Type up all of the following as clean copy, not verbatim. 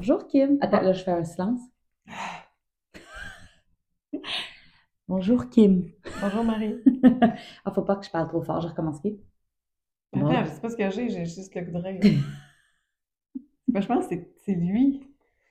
Bonjour Kim. Attends, là, je fais un silence. Bonjour Kim. Bonjour Marie. Ah, faut pas que je parle trop fort, je recommence. Ok? Attends, Bonjour. je sais pas ce que j'ai juste le goût de rire. Ben, je pense que c'est lui.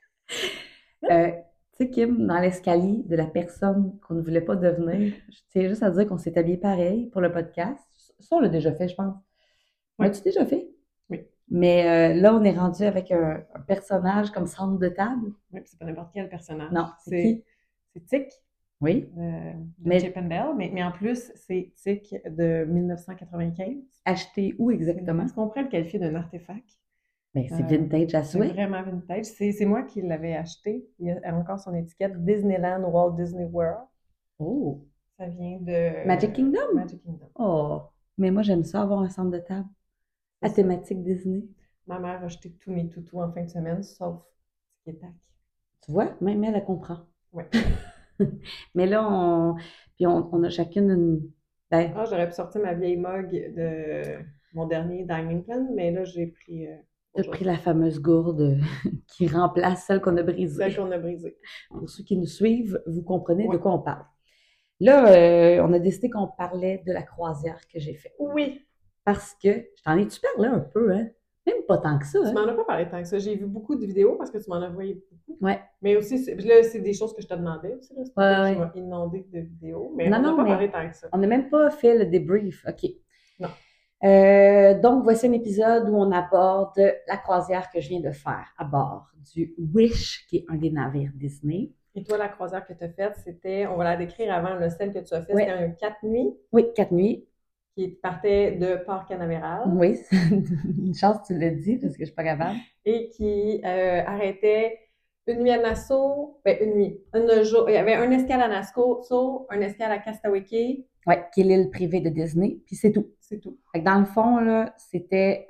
Tu sais, Kim, dans l'escalier de la personne qu'on ne voulait pas devenir, je tiens juste à dire qu'on s'est habillé pareil pour le podcast. Ça, on l'a déjà fait, je pense. Oui, L'as-tu déjà fait? oui, Mais là, on est rendu avec un personnage comme centre de table. oui, puis c'est pas n'importe quel personnage. Non, c'est C'est qui? c'est Tic Oui. de Mais Chip and Dale, mais en plus, c'est Tic de 1995. acheté où exactement? Est-ce qu'on pourrait le qualifier d'un artefact? Ben, c'est Euh, vintage à c'est souhait. vraiment vintage. C'est moi qui l'avais acheté. Il y a encore son étiquette Disneyland Walt Disney World. Oh. Ça vient Magic de Kingdom? Magic Kingdom. Oh. Mais moi, j'aime ça avoir un centre de table C'est à ça. thématique Disney. Ma mère a acheté tous mes toutous en fin de semaine, sauf Tic et Tac. Tu vois, même elle, elle comprend. Ouais. Mais là, on a chacune une. Ben, Ah, j'aurais pu sortir ma vieille mug de mon dernier Dining Plan, mais là, j'ai pris t'as autre pris chose. la fameuse gourde qui remplace celle qu'on a Celle brisée. qu'on a brisée. Pour ceux qui nous suivent, vous comprenez de Ouais. quoi on parle. Là, on a décidé qu'on parlait de la croisière que j'ai faite. Oui, Parce que, je t'en ai-tu parlé un peu, hein? Même pas tant que ça, tu hein? m'en as pas parlé tant que ça. J'ai vu beaucoup de vidéos parce que tu m'en as envoyé beaucoup. Ouais, Mais aussi, là, c'est des choses que je te demandais aussi. Là. C'est pas ouais, toi qui ouais. m'as inondé de vidéos, mais Non, on n'a non, pas mais parlé tant que ça. on n'a même pas fait le débrief. OK. Non. Donc, voici un épisode où on aborde la croisière que je viens de faire à bord du Wish, qui est un des navires Disney. Et toi, la croisière que tu as faite, c'était, on va la décrire avant, le celle que tu as fait, Oui, c'était un 4 nuits oui, 4 nuits. qui partait de Port Canaveral Oui, une chance que tu l'as dit parce que je suis pas capable. et qui arrêtait une nuit à Nassau, ben une nuit, un jour, il y avait un escale à Nassau, un escale à Castaway, Oui, qui est l'île privée de Disney, puis c'est tout. c'est tout. Fait que dans le fond, là, c'était,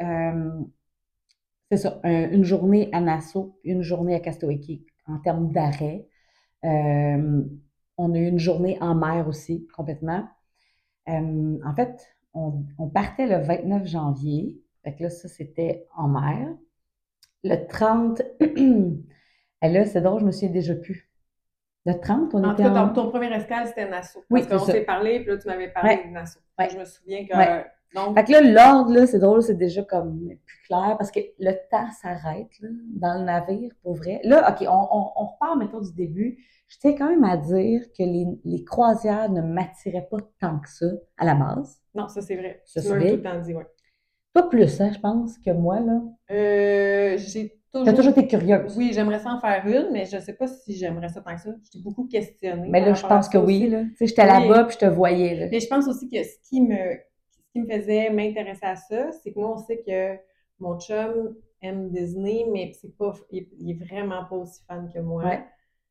c'est ça, une journée à Nassau, une journée à Castaway Cay en termes d'arrêt. Euh, on a eu une journée en mer aussi, complètement. En fait, on partait le 29 janvier. Fait que là, ça, c'était en mer. Le 30, et là, c'est drôle, je me souviens déjà plus. Le 30, on En tout était cas, en. ton premier escale, c'était Nassau. Oui, Parce c'est qu'on ça. s'est parlé, puis là, tu m'avais parlé Ouais, de Nassau. Moi, ouais, je me souviens ouais. que, donc, Fait que là, l'ordre, là, c'est drôle, c'est déjà comme plus clair parce que le temps s'arrête là, dans le navire, pour vrai. Là, OK, on repart, mettons, du début. Je tiens quand même à dire que les croisières ne m'attiraient pas tant que ça à la base. non, ça c'est vrai. Je te Tu m'as tout souviens. le temps dit, ouais. Pas plus, hein, je pense, que moi, là. J'ai T'as toujours toujours, été curieuse. oui, j'aimerais ça en faire une, mais je sais pas si j'aimerais ça tant que ça. Je t'ai beaucoup questionnée Mais par là, je rapport à pense que ça oui, aussi. là. Tu sais, j'étais là-bas, Oui, puis je te voyais, là. mais je pense aussi que ce qui me faisait m'intéresser à ça, c'est que moi, on sait que mon chum aime Disney, mais c'est pas, il est vraiment pas aussi fan que moi. Ouais,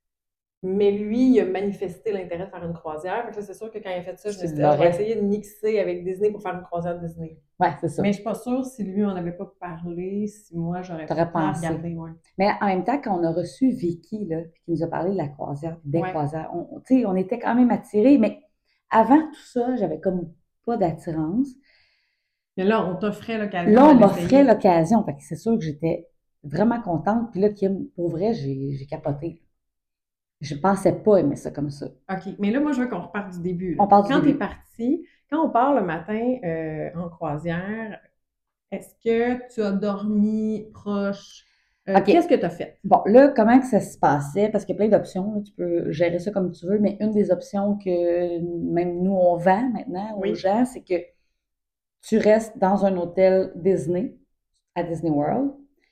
Mais lui, il a manifesté l'intérêt de faire une croisière. Fait que là, c'est sûr que quand il a fait ça, je me tu suis dit, ah, je vais l'aurais. essayer de mixer avec Disney pour faire une croisière Disney. Ouais, c'est ça. Mais je suis pas sûre si lui on n'avait pas parlé, si moi j'aurais T'aurais tant pensé. regardé, ouais. Mais en même temps, quand on a reçu Vicky, là, puis qui nous a parlé de la croisière, puis des Ouais. croisières, tu sais, on était quand même attirés, mais avant tout ça, j'avais comme pas d'attirance. Mais là, on t'offrait l'occasion Là, de on m'offrait l'essayer. l'occasion, fait que c'est sûr que j'étais vraiment contente. Puis là, Kim, pour vrai, j'ai capoté. Je pensais pas aimer ça comme ça. OK. Mais là, moi, je veux qu'on reparte du début, là. On part du Quand t'es début. parti, quand on part le matin en croisière, est-ce que tu as dormi proche? Qu'est-ce OK. que tu as fait? Bon, là, comment que ça se passait? Parce qu'il y a plein d'options, là, tu peux gérer ça comme tu veux, mais une des options que même nous, on vend maintenant aux Oui. gens, c'est que tu restes dans un hôtel Disney à Disney World.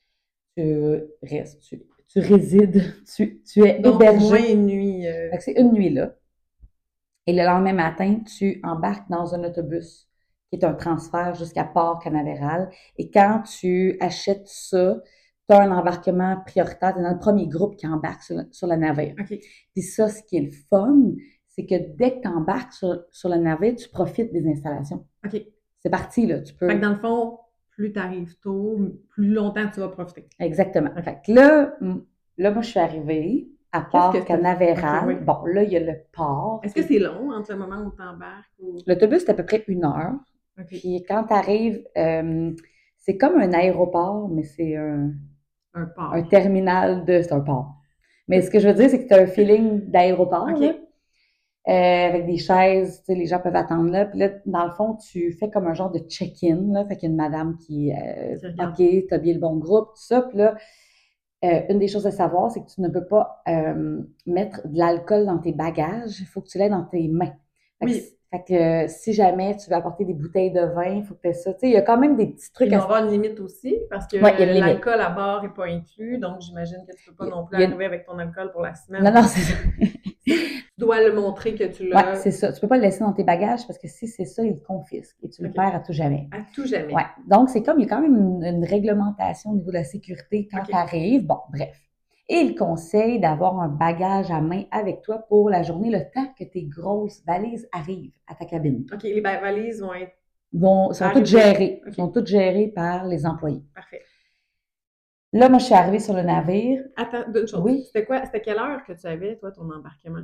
Tu restes, tu résides, tu es Donc, au moins hébergé. une nuit. Fait que c'est une nuit là. Et le lendemain matin, tu embarques dans un autobus qui est un transfert jusqu'à Port Canaveral. Et quand tu achètes ça, tu as un embarquement prioritaire. Tu es dans le premier groupe qui embarque sur la navire. OK. Puis ça, ce qui est le fun, c'est que dès que tu embarques sur la navire, tu profites des installations. OK. C'est parti, là. Tu Fait que peux. dans le fond, plus tu arrives tôt, plus longtemps tu vas profiter. Exactement. OK. Fait que là, moi, je suis arrivée à Qu'est-ce que Port tu as fait? OK, oui. Canaveral. Bon, là, il y a le port. Est-ce que c'est long entre le moment où tu embarques ou. L'autobus, c'est à peu près 1 heure. OK. Puis quand tu arrives, c'est comme un aéroport, mais c'est Un un port. terminal de... C'est un port. Mais ce que je veux dire, c'est que tu as un feeling d'aéroport, OK. là, avec des chaises, tu sais, les gens peuvent attendre là. Puis là, dans le fond, tu fais comme un genre de check-in, là. Fait qu'il y a une madame qui, Tu regardes. OK, t'as bien le bon groupe, tout ça. Puis là, une des choses à savoir, c'est que tu ne peux pas mettre de l'alcool dans tes bagages. Il faut que tu l'aies dans tes mains. Oui. Fait que si jamais tu veux apporter des bouteilles de vin, il faut que tu aies ça. Tu sais, il y a quand même des petits trucs Il doit à... y avoir une limite aussi, parce que Ouais, il y a une limite. l'alcool à bord n'est pas inclus, donc j'imagine que tu peux pas Il y a, non plus il y a une... arriver avec ton alcool pour la Non, semaine. non, c'est ça. Tu dois le montrer que tu Ouais, l'as. c'est ça. Tu peux pas le laisser dans tes bagages parce que si c'est ça, ils le confisquent et tu le OK. perds à tout jamais. À tout jamais. Ouais. Donc, c'est comme, il y a quand même une réglementation au niveau de la sécurité quand OK. tu arrives. Bon, bref. Et il conseille d'avoir un bagage à main avec toi pour la journée, le temps que tes grosses valises arrivent à ta cabine. OK, les valises vont être Sont toutes arrivées. gérées. OK, Sont toutes gérées par les employés. parfait. Là, moi, je suis arrivée sur le navire. Attends, d'une chose. Oui, C'était quelle heure que tu avais, toi, ton embarquement?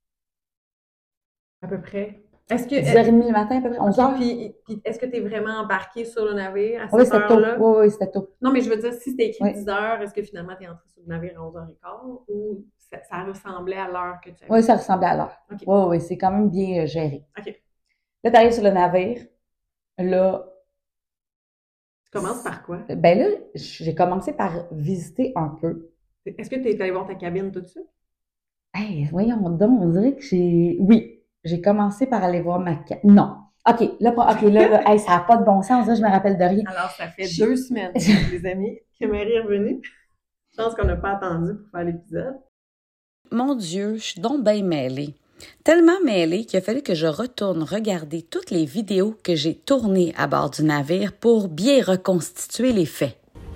À peu près. Est-ce que. 10h30 le matin, à peu près, 11h. OK, puis est-ce que tu es vraiment embarqué sur le navire à Oui, cette c'était tôt. heure-là? Oui, oui, c'était tôt. Non, mais je veux dire, si c'était écrit Oui. 10 heures, est-ce que finalement tu es entré sur le navire à 11h15 ou ça ressemblait à l'heure que tu avais? Oui, ça ressemblait à l'heure. OK. Oui, oui, c'est quand même bien géré. OK. Là, tu arrives sur le navire. Là, Tu commences par quoi? ben là, j'ai commencé par visiter un peu. Est-ce que tu es allé voir ta cabine tout de suite? Hey, voyons donc, on dirait que j'ai... Oui, j'ai commencé par aller voir Non. OK, là, hey, ça n'a pas de bon sens. Là, je me rappelle de rien. Alors, ça fait 2 semaines, les amis, que Marie est revenue. Je pense qu'on n'a pas attendu pour faire l'épisode. Mon Dieu, je suis donc bien mêlée. Tellement mêlée qu'il a fallu que je retourne regarder toutes les vidéos que j'ai tournées à bord du navire pour bien reconstituer les faits.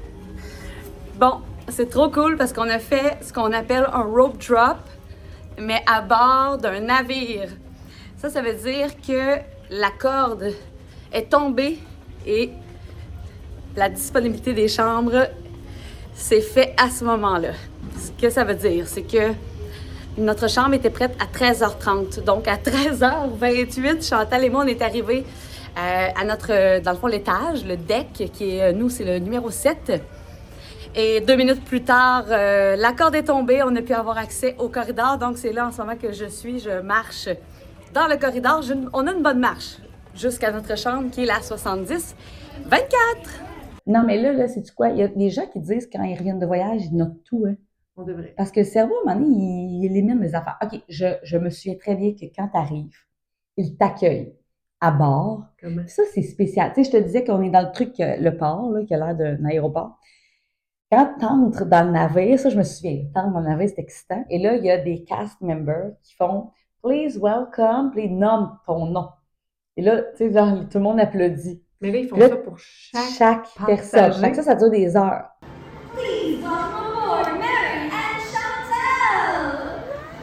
Bon, c'est trop cool parce qu'on a fait ce qu'on appelle un rope drop, mais à bord d'un navire. Ça veut dire que la corde est tombée et la disponibilité des chambres s'est fait à ce moment-là. Ce que ça veut dire, c'est que notre chambre était prête à 13h30. Donc, à 13h28, Chantal et moi, on est arrivés à notre, dans le fond, l'étage, le deck, qui est, nous, c'est le numéro 7. Et 2 minutes plus tard, la corde est tombée. On a pu avoir accès au corridor. Donc, c'est là, en ce moment, que je marche dans le corridor. On a une bonne marche jusqu'à notre chambre, qui est la 70-24. Non, mais là, sais-tu quoi? Il y a des gens qui disent quand ils reviennent de voyage, ils notent tout, hein. On devrait. Parce que le cerveau, à un moment donné, il élimine les affaires. OK, je me souviens très bien que quand tu arrives, il t'accueille à bord. Comment? Ça, c'est spécial. Tu sais, je te disais qu'on est dans le truc, le port, là, qui a l'air d'un aéroport. Quand tu entres dans le navire, ça, je me souviens, t'entres dans le navire, c'est excitant. Et là, il y a des cast members qui font « Please welcome », puis ils nomment ton nom. Et là, tu sais, genre, tout le monde applaudit. Mais là, ils font Là, ça pour chaque personne. passager. Fait que ça dure des heures. Please welcome aboard Mary and Chantal!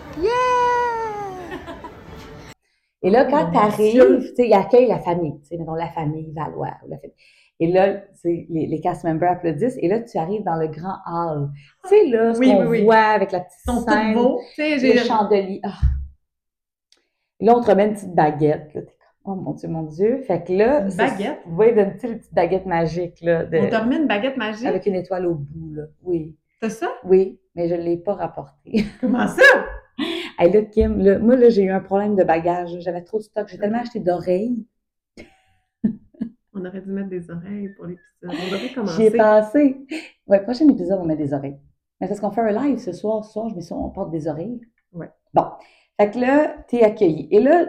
Et là, Oh, quand mon tu arrives, Dieu! tu sais, ils accueillent la famille, tu sais, mettons la famille Valois. Et là, tu sais, les cast members applaudissent. Et là, tu arrives dans le grand hall. Tu sais, là, ce Oui, qu'on oui, oui. voit avec la petite Ils sont tous scène, beaux. Tu sais, les chandeliers. Ah. Et là, on te remet une petite baguette. Là, t'es comme, oh mon Dieu, mon Dieu. Fait que là, Une baguette? Oui, une petite baguette magique. Là, On te remet une baguette magique? avec une étoile au bout. Là. Oui. T'as ça? Oui, mais je ne l'ai pas rapporté. Comment ça? Hey, là, Kim, là, moi, là, j'ai eu un problème de bagage. J'avais trop de stock. J'ai tellement acheté d'oreilles. On aurait dû mettre des oreilles pour l'épisode. On devrait J'y commencer. ai pensé. Ouais, prochain épisode, on met des oreilles. Mais parce qu'on fait un live ce soir. Ce soir, je me suis dit, on porte des oreilles. Ouais. Bon. Fait que là, t'es accueilli. Et là,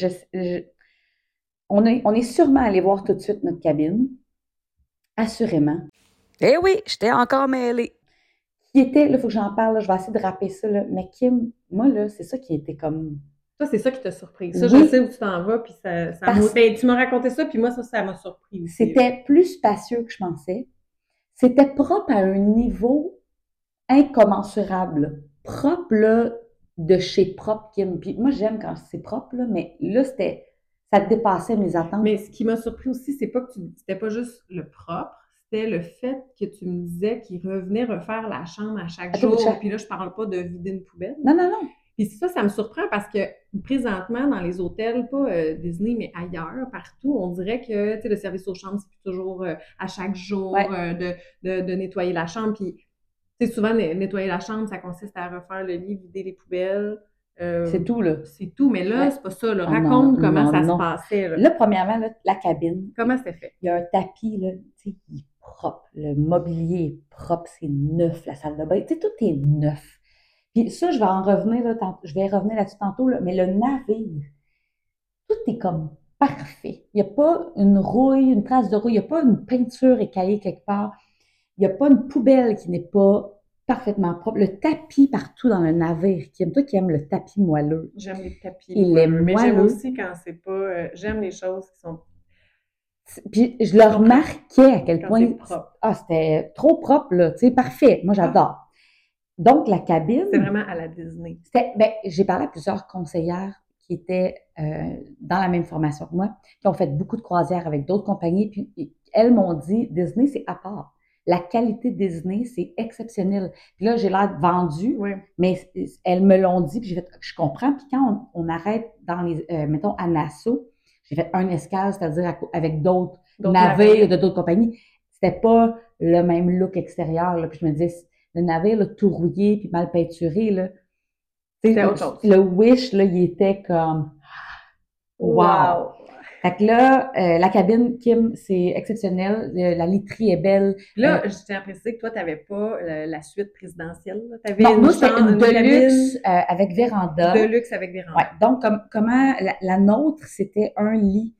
on est sûrement allé voir tout de suite notre cabine. Assurément. Eh oui, j'étais encore mêlée. Qui était, là, il faut que j'en parle, là, je vais essayer de rapper ça, là. Mais Kim, moi, là, c'est ça qui était comme... Toi, c'est ça qui t'a surpris. Ça, Oui. je sais où tu t'en vas, puis ben, tu m'as raconté ça, puis moi, ça m'a surpris aussi. C'était plus spacieux que je pensais. C'était propre à un niveau incommensurable. Propre, là, de chez propre, Kim. Puis moi, j'aime quand c'est propre, là, mais là, ça dépassait mes attentes. Mais ce qui m'a surpris aussi, c'est pas que c'était pas juste le propre, c'était le fait que tu me disais qu'il revenait refaire la chambre à chaque jour. Puis là, je parle pas de vider une poubelle. Non, non, non. Puis ça me surprend parce que présentement, dans les hôtels, pas Disney, mais ailleurs, partout, on dirait que le service aux chambres, c'est toujours à chaque jour Ouais. de nettoyer la chambre. Puis Tu sais, souvent, nettoyer la chambre, ça consiste à refaire le lit, vider les poubelles. C'est tout, là. C'est tout, mais là, Ouais. c'est pas ça. Là. Ah non, Raconte comment non, ça se non. passait. Là. Là, premièrement, là, la cabine, Comment c'était fait? il y a un tapis, là, tu sais, il est propre. Le mobilier est propre, c'est neuf, la salle de bain, tu sais, tout est neuf. Puis ça, je vais en revenir, là, je vais revenir là-dessus tantôt, là, mais le navire, tout est comme parfait. Il n'y a pas une rouille, une trace de rouille, il n'y a pas une peinture écaillée quelque part, il n'y a pas une poubelle qui n'est pas parfaitement propre. Le tapis partout dans le navire, toi qui aimes le tapis moelleux, J'aime les tapis il est moelleux, mais j'aime moelleux. aussi quand c'est pas... j'aime les choses qui sont... Puis je le remarquais à quel Quand point c'est propre. c'était trop propre, là, tu sais, parfait. Moi, j'adore. Donc, la cabine, C'est vraiment à la Disney. j'ai parlé à plusieurs conseillères qui étaient dans la même formation que moi, qui ont fait beaucoup de croisières avec d'autres compagnies, puis elles m'ont dit, Disney, c'est à part. La qualité de Disney, c'est exceptionnel. Puis là, j'ai l'air vendue, Oui. mais elles me l'ont dit, puis j'ai fait, je comprends. Puis quand on arrête dans les, mettons, à Nassau, j'ai fait un escale, c'est-à-dire avec d'autres navires de d'autres compagnies. C'était pas le même look extérieur, là. Puis je me disais, le navire, là, tout rouillé, puis mal peinturé, là. C'était autre chose. Le Wish, là, il était comme, wow! Fait que là, la cabine, Kim, c'est exceptionnel. La literie est belle. Là, je tiens à préciser que toi, tu n'avais pas la suite présidentielle. Tu avais Non, nous, c'était une deluxe avec véranda. Deluxe avec véranda. Ouais. Donc, comment la nôtre, c'était un lit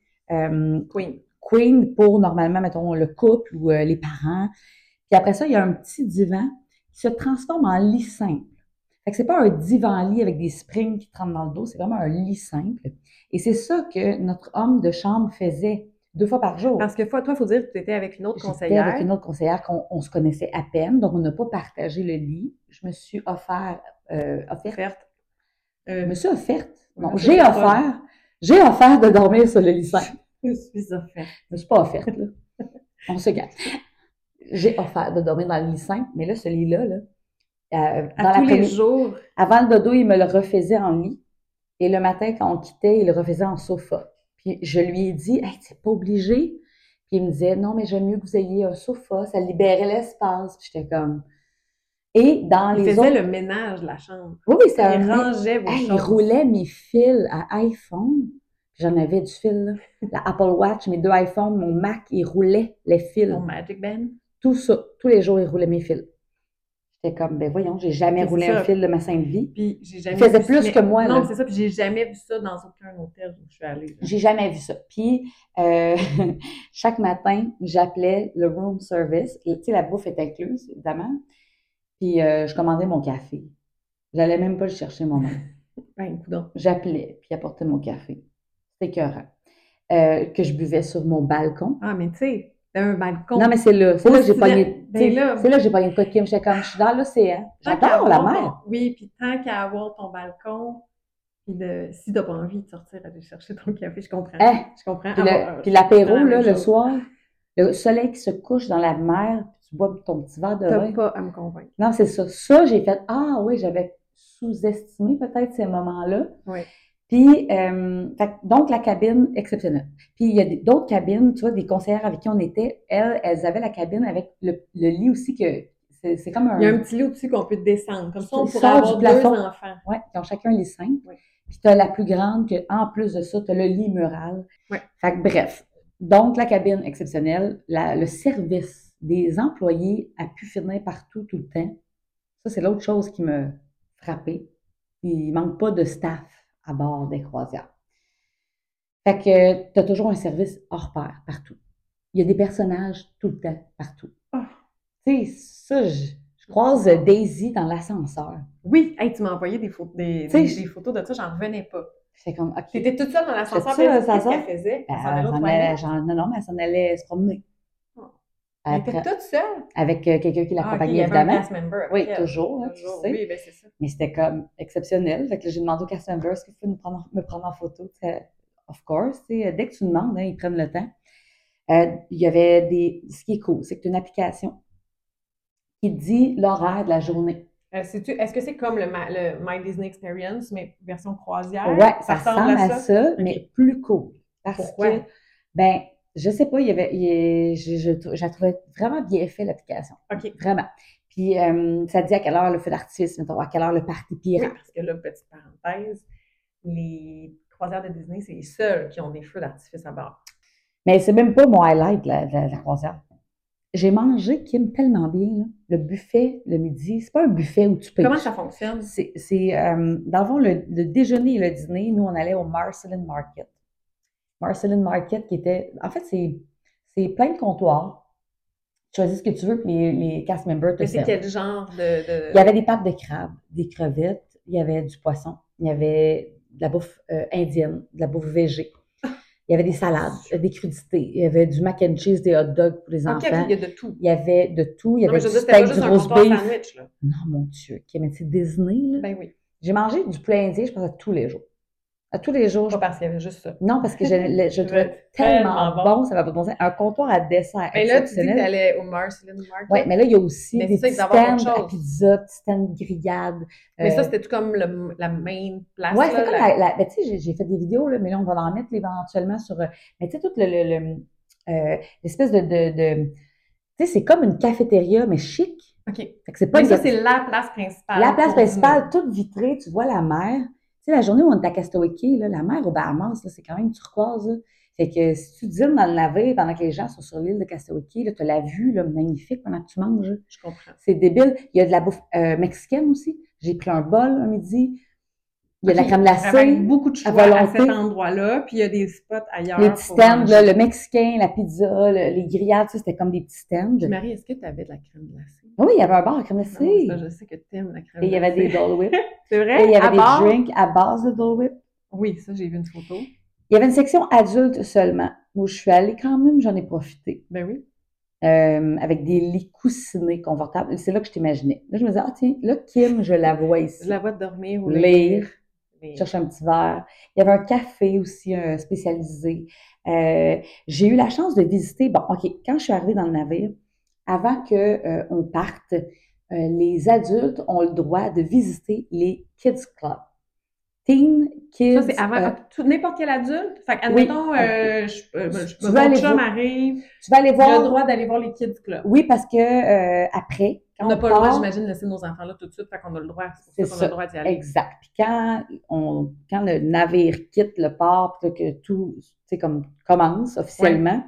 Queen pour, normalement, mettons, le couple ou les parents. Puis après ça, il y a un petit divan qui se transforme en lit simple. Fait que c'est pas un divan-lit avec des springs qui te rentrent dans le dos, c'est vraiment un lit simple. Et c'est ça que notre homme de chambre faisait 2 fois par jour. Parce que toi, il faut dire que tu étais avec une autre conseillère. J'étais avec une autre conseillère qu'on se connaissait à peine, donc on n'a pas partagé le lit. Je me suis offerte. Je me suis offerte. Non, j'ai offert de dormir sur le lit simple. Je me suis offerte. Je me suis pas offerte, là. On se gâte. J'ai offert de dormir dans le lit simple, mais là, ce lit-là, là, à tous les jours. Avant le dodo, il me le refaisait en lit. Et le matin, quand on quittait, il le refaisait en sofa. Puis je lui ai dit, hey, t'es pas obligé. Puis il me disait, non, mais j'aime mieux que vous ayez un sofa, ça libérait l'espace. Puis j'étais comme. Et dans il les faisait autres... le ménage de la chambre. Oui, c'est un. Il rangeait vos choses. Il roulait mes fils à iPhone. J'en avais du fil, là. La Apple Watch, mes 2 iPhones, mon Mac, il roulait les fils. Mon Magic Band. Tout ça. Tous les jours, il roulait mes fils. J'étais comme, ben voyons, j'ai jamais roulé un fil de ma sainte vie. Puis j'ai jamais il faisait plus que moi. Non, là. c'est ça. Puis j'ai jamais vu ça dans aucun hôtel où je suis allée. Là. J'ai jamais vu ça. Puis chaque matin, j'appelais le room service. Tu sais, la bouffe est incluse, évidemment. Puis je commandais mon café. J'allais même pas le chercher moi-même. Ben, coudonc. J'appelais, puis il apportait mon café. C'était écœurant. Que je buvais sur mon balcon. Ah, mais tu sais, un balcon. Non, mais c'est là. C'est là que j'ai pogné. C'est là que j'ai pogné de quoi de Kim. J'étais comme, je suis dans l'océan. J'adore la mer. Oui, puis tant qu'à avoir ton balcon, puis si t'as pas envie de sortir aller chercher ton café, je comprends. Je comprends. Puis l'apéro, là, le soir, le soleil qui se couche dans la mer, puis tu bois ton petit verre de vin. T'as pas à me convaincre. Non, c'est ça. Ça, j'ai fait, ah oui, j'avais sous-estimé peut-être ces moments-là. Oui. Puis, donc, la cabine exceptionnelle. Puis, il y a d'autres cabines, tu vois, des conseillères avec qui on était, elles avaient la cabine avec le lit aussi que c'est comme un... Il y a un petit lit au-dessus qu'on peut descendre. Comme ça, on pourrait avoir 2 enfants. Oui, qui ont chacun un lit simple. Oui. Puis, tu as la plus grande que, en plus de ça, tu as le lit mural. Oui. Fait que, bref. Donc, la cabine exceptionnelle, le service des employés a pu finir partout, tout le temps. Ça, c'est l'autre chose qui me frappait. Il ne manque pas de staff à bord des croisières. Fait que tu as toujours un service hors pair partout. Il y a des personnages tout le temps, partout. Oh. Tu sais, ça, je croise Daisy dans l'ascenseur. Oui, hey, tu m'as envoyé des photos de ça, j'en revenais pas. J'étais comme, OK. T'étais toute seule dans l'ascenseur, qu'est-ce qu'elle faisait? Non, mais elle s'en allait se promener. Elle était toute seule? Avec quelqu'un qui l'accompagnait, évidemment. Un cast member. Oui, toujours. Tu sais. Oui, ben c'est ça. Mais c'était comme exceptionnel. Fait que j'ai demandé au cast member, est-ce que vous pouvez me prendre en photo? Of course. Dès que tu demandes, ils prennent le temps. Il y avait ce qui est cool, c'est que tu as une application qui dit l'horaire de la journée. Est-ce que c'est comme le My Disney Experience, mais version croisière? Oui, ça ressemble à ça, mais plus cool. Pourquoi? Je sais pas, je la trouvais vraiment bien fait, l'application. OK. Vraiment. Puis ça dit à quelle heure le feu d'artifice, mettons, à quelle heure le party Oui, pirate. parce que là, petite parenthèse, les croisières de Disney, c'est les seuls qui ont des feux d'artifice à bord. Mais c'est même pas mon highlight, la croisière. J'ai mangé, Kim, tellement bien, là. Le buffet, le midi, c'est pas un buffet où tu payes. Comment ça fonctionne? Dans le fond, le déjeuner et le dîner, nous, on allait au Marcelin Market. Marcelin Market qui était... En fait, c'est plein de comptoirs. Tu choisis ce que tu veux, puis les cast members te Mais c'est servent. quel genre de... Il y avait des pâtes de crabe, des crevettes, il y avait du poisson, il y avait de la bouffe indienne, de la bouffe végé. Il y avait des salades, des crudités, il y avait du mac and cheese, des hot dogs pour les OK, enfants. il y a de tout. Il y avait de tout. Il y Non, mais avait je du veux dire, c'était pas steak, juste du un roast comptoir beef. sandwich, là. Non, mon Dieu. OK, mais c'est Disney, là. Ben oui. J'ai mangé du poulet indien, je pense, à tous les jours. À tous les jours. Pas parce qu'il y avait juste ça. Non, parce que je le trouvais tellement bon, ça va pas de bon sens. Un comptoir à dessert Mais là, tu dis que exceptionnel. tu allais au Marcelin Market. Oui, mais là, il y a aussi Mais des c'est petits ça, il doit y avoir stands autre à chose. pizza, petits stands grillades. Mais ça, c'était tout comme la main place. Ouais, là, c'est comme ben, tu sais, j'ai fait des vidéos, là, mais là, on va en mettre éventuellement sur. Mais tu sais, tout l'espèce de tu sais, c'est comme une cafétéria, mais chic. OK. Fait que c'est pas Mais une ça, c'est la place principale. La place pour principale, dîner. toute vitrée, tu vois la mer. Tu sais, la journée où on est à Castaway Cay, là, la mer aux Bahamas, là, c'est quand même turquoise. Là. Fait que si tu dînes dans le navire pendant que les gens sont sur l'île de Castaway Cay, tu as la vue là, magnifique pendant que tu manges. Là. Je comprends. C'est débile. Il y a de la bouffe mexicaine aussi. J'ai pris un bol un midi. Il y a de la crème glacée. Avec beaucoup de choix à à volonté. cet endroit-là. Puis il y a des spots ailleurs. Les petits pour stands, manger. là, le mexicain, la pizza, les grillades, ça, c'était comme des petits stands. Puis Marie, est-ce que tu avais de la crème glacée? Oui, il y avait un bar à crème Non, glacée. ça, je sais que tu aimes la crème Et il y avait des glacée. Dole Whip. C'est vrai? Et il y avait À des bord? drinks à base de Dole Whip. Oui, ça, j'ai vu une photo. Il y avait une section adulte seulement, où je suis allée quand même, j'en ai profité. Ben oui. Avec des lits coussinés confortables. C'est là que je t'imaginais. Là, je me disais, ah tiens, là, Kim, je la vois ici. Je la vois dormir ou Lire. lire. Chercher un petit verre. Il y avait un café aussi spécialisé. J'ai eu la chance de visiter, bon, OK, quand je suis arrivée dans le navire, avant qu'on parte, les adultes ont le droit de visiter les Kids Club. Teen Kids. Ça, c'est avant n'importe quel adulte. Fait oui, admettons, tu vas mon aller chum voir- arrive, tu vas aller il a le voir. droit d'aller voir les Kids Club. Oui, parce que après, On n'a pas le droit, j'imagine, de laisser nos enfants là tout de suite, fait qu'on a le droit. C'est pour ça qu'on a le droit d'y aller. Exact. Puis quand le navire quitte le port, puis que tout, tu sais, comme commence officiellement,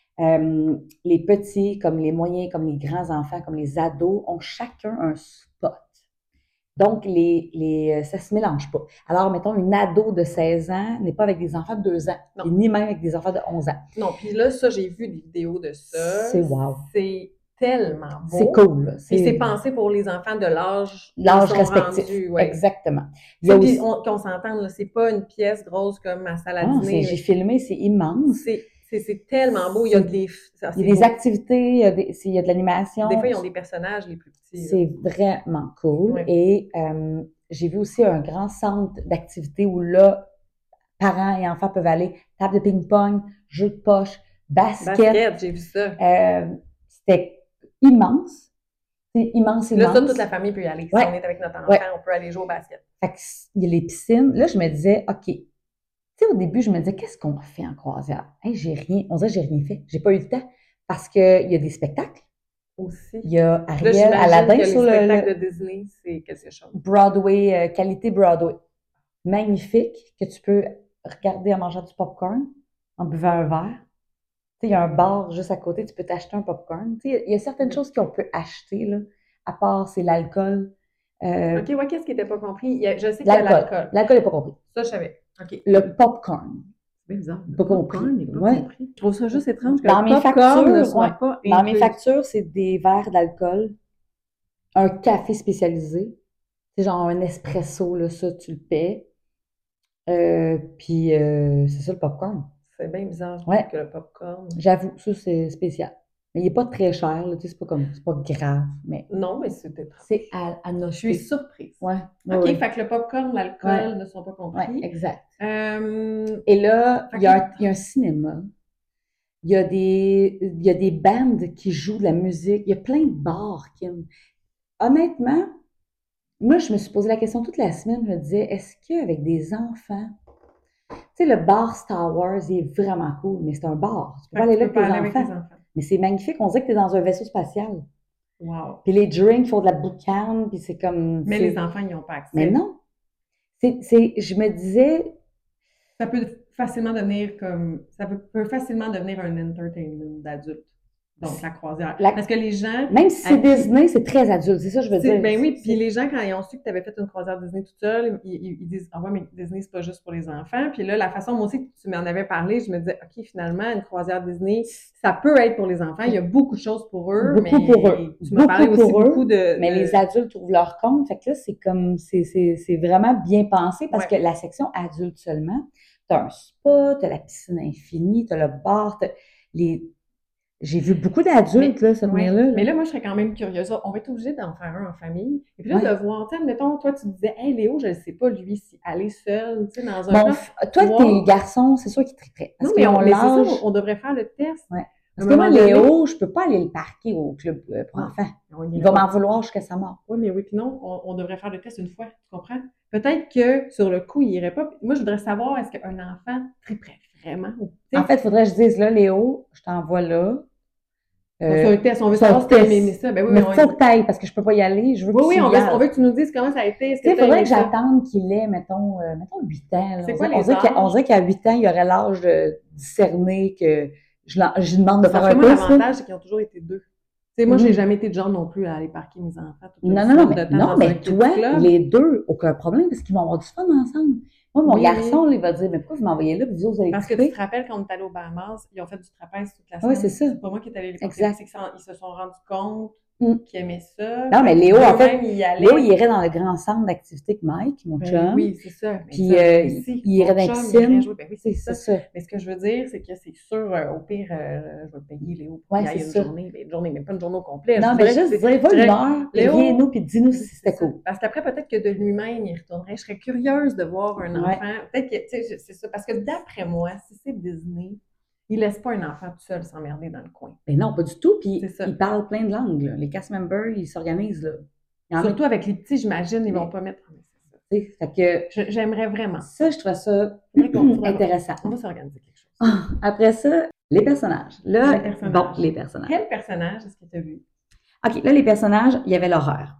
les petits, comme les moyens, comme les grands enfants, comme les ados, ont chacun un spot. Donc, ça se mélange pas. Alors, mettons, une ado de 16 ans n'est pas avec des enfants de 2 ans, Non. et ni même avec des enfants de 11 ans. Non, puis là, ça, j'ai vu des vidéos de ça. C'est wow. C'est tellement beau. C'est cool. Là. Puis c'est pensé pour les enfants de l'âge respectif. Rendus, ouais. Exactement. Il y a Puis aussi... qu'on s'entende, là, c'est pas une pièce grosse comme ma salle à Non, dîner. j'ai filmé, c'est immense. C'est tellement beau. Il y a des activités, il y a de l'animation. Des fois, ils ont des personnages les plus petits. C'est vraiment cool. Oui. Et j'ai vu aussi un grand centre d'activités où là, parents et enfants peuvent aller. Table de ping-pong, jeux de poche, basket. J'ai vu ça. C'était immense. C'est immense. Là, ça, toute la famille peut y aller. Ouais. Si on est avec notre enfant, Ouais. on peut aller jouer au basket. Fait il y a les piscines. Là, je me disais, OK. Tu sais, au début, je me disais, qu'est-ce qu'on fait en croisière? Hey, on dirait que j'ai rien fait. J'ai pas eu le temps. Parce qu'il y a des spectacles. Aussi. Il y a Là, Ariel, Aladdin que sur les le spectacles de Disney, c'est quelque chose. Broadway, qualité Broadway. Magnifique, que tu peux regarder en mangeant du popcorn, en buvant un verre. Tu sais, il y a un bar juste à côté, tu peux t'acheter un popcorn. Tu sais, il y a certaines choses qu'on peut acheter, là, à part, c'est l'alcool. OK, ouais, qu'est-ce qui n'était pas compris? Je sais qu'il y a l'alcool. L'alcool n'est pas compris. Ça, je savais. OK. Le popcorn. C'est bizarre. Pas compris. Ouais. Je trouve ça juste étrange que Dans le mes popcorn ne factures, soit ouais. pas Dans mes inclus. factures, c'est des verres d'alcool, un café spécialisé, c'est genre un espresso, là, ça, tu le paies. Puis c'est ça le popcorn. C'est bien bizarre Ouais. que le popcorn. J'avoue, ça, c'est spécial. Mais il n'est pas très cher, là, tu sais, c'est pas grave, mais Non, mais c'était très. c'est à noter. Je suis surprise. Ouais. OK, ouais. fait que le popcorn, l'alcool Ouais. ne sont pas compris. Ouais, exact. Euh, Et là, Fait il y a un cinéma. Il y a des bandes qui jouent de la musique. Il y a plein de bars, Kim. Honnêtement, moi, je me suis posé la question toute la semaine. Je me disais, est-ce qu'avec des enfants, tu sais, le bar Star Wars, il est vraiment cool, mais c'est un bar. Tu peux pas aller là avec tes enfants. Mais c'est magnifique. On dirait que tu es dans un vaisseau spatial. Wow. Puis les drinks font de la boucane, puis c'est comme... Mais c'est- les enfants, ils n'ont pas accès. Mais non. Je me disais, Ça peut facilement devenir comme... Ça peut facilement devenir un entertainment d'adulte. Donc, la croisière. La- Parce que les gens... même si à c'est qui- Disney, c'est très adulte, c'est ça que je veux dire. Ben oui, puis les gens, quand ils ont su que tu avais fait une croisière Disney toute seule, ils disent « Ah ouais, mais Disney, c'est pas juste pour les enfants. » Puis là, la façon, moi aussi, que tu m'en avais parlé, je me disais « OK, finalement, une croisière Disney, ça peut être pour les enfants. Il y a beaucoup de choses pour eux. » Beaucoup mais pour eux. Tu m'as parlé Beaucoup aussi pour eux, beaucoup de... Mais les adultes trouvent leur compte. Fait que là, c'est comme, c'est vraiment bien pensé parce Ouais. que la section adulte seulement, t'as un spa, t'as la piscine infinie, t'as le bar, les... J'ai vu beaucoup d'adultes, là, cette Ouais. année-là. Mais là, moi, je serais quand même curieuse. On va être obligé d'en faire un en famille. Et puis là, Ouais. de voir, tu sais, admettons, toi, tu disais, hey, Léo, je ne sais pas, lui, si aller seul, tu sais, dans un Bon, camp. toi, voir- tes garçons, c'est sûr qu'ils triperaient. Parce Non, qu'ils ont mais c'est ça, l'âge. on devrait faire le test. Ouais. À Parce un que moi, moment donné- Léo, je peux pas aller le parquer au club pour Non. enfants. On Il irait va pas. m'en vouloir jusqu'à sa mort. Oui, mais oui, puis non, on devrait faire le test une fois, tu comprends? Peut-être que sur le coup, il irait pas. Moi, je voudrais savoir, est-ce qu'un enfant triperait vraiment? Tu sais, En fait, il faudrait que je dise, là, Léo, je t'envoie là. c'est un test, on veut c'est un savoir si tu as test. aimé ça. Ben oui, Mais on... faut que t'ailles parce que je peux pas y aller. Je veux oui, que oui, tu on y ailles. veut que tu nous dises comment ça a été. Est-ce Tu sais, il que tu as faudrait aimé que ça? j'attende qu'il ait, mettons 8 ans. Là. C'est On quoi dirait- les âges? on dirait qu'à 8 ans, il aurait l'âge de discerner que je lui demande de faire Parce que un moi, test. là. l'avantage, c'est qu'ils ont toujours été deux. Tu sais, moi, Mhm. j'ai jamais été de genre non plus à aller parquer mes enfants toute une Non, semaine mais, de temps dans un mais kids toi, club. les deux, aucun problème parce qu'ils vont avoir du fun ensemble. Moi, mon Oui, garçon, là, il va dire, mais pourquoi vous m'envoyez là, puis vous autres, vous allez Parce que triper? tu te rappelles quand on est allé aux Bahamas, ils ont fait du trapèze toute la Ah oui, semaine. c'est ça. C'est pas moi qui est allé les porter. Exact. C'est qu'ils se sont rendus compte Mm. qu'ils aimaient ça. Non, mais Fait Léo, en fait, eux-mêmes, ils allaient. Léo, il irait dans le grand centre d'activité que Mike, mon Ben chum. oui, c'est ça. Mais Puis, ça, aussi, il irait mon dans la chum, piscine. il irait jouer. Ben oui, c'est C'est ça. ça. Mais ce que je veux dire, c'est que c'est sûr, au pire, je vais payer Léo pour Ouais, qu'il aille c'est une ça. journée. Ben, une journée, même pas une journée au complet. Non, Je mais dirais que juste c'est- dire, va je une dirais, heure, puis Léo, reviens-nous, puis dis-nous si c'est c'était ça. cool. Parce qu'après, peut-être que de lui-même, il retournerait. Je serais curieuse de voir un Ouais. enfant. Peut-être que, tu sais, c'est ça. Parce que d'après moi, si c'est Disney, il laisse pas un enfant tout seul s'emmerder dans le coin. Mais non, pas du tout. Puis, C'est ça. ils parlent plein de langues. Là. Les cast members, ils s'organisent. Là. Il y en a, Surtout avec les petits, j'imagine, ils vont pas mettre. Ah, mais c'est ça. tu sais, fait que J'aimerais vraiment. ça, je trouve ça Faudrait intéressant. On va s'organiser quelque chose. Après ça, les personnages. Là, Les personnages. bon, les personnages. Quel personnage est-ce que tu as vu? OK, là, les personnages, il y avait l'horaire.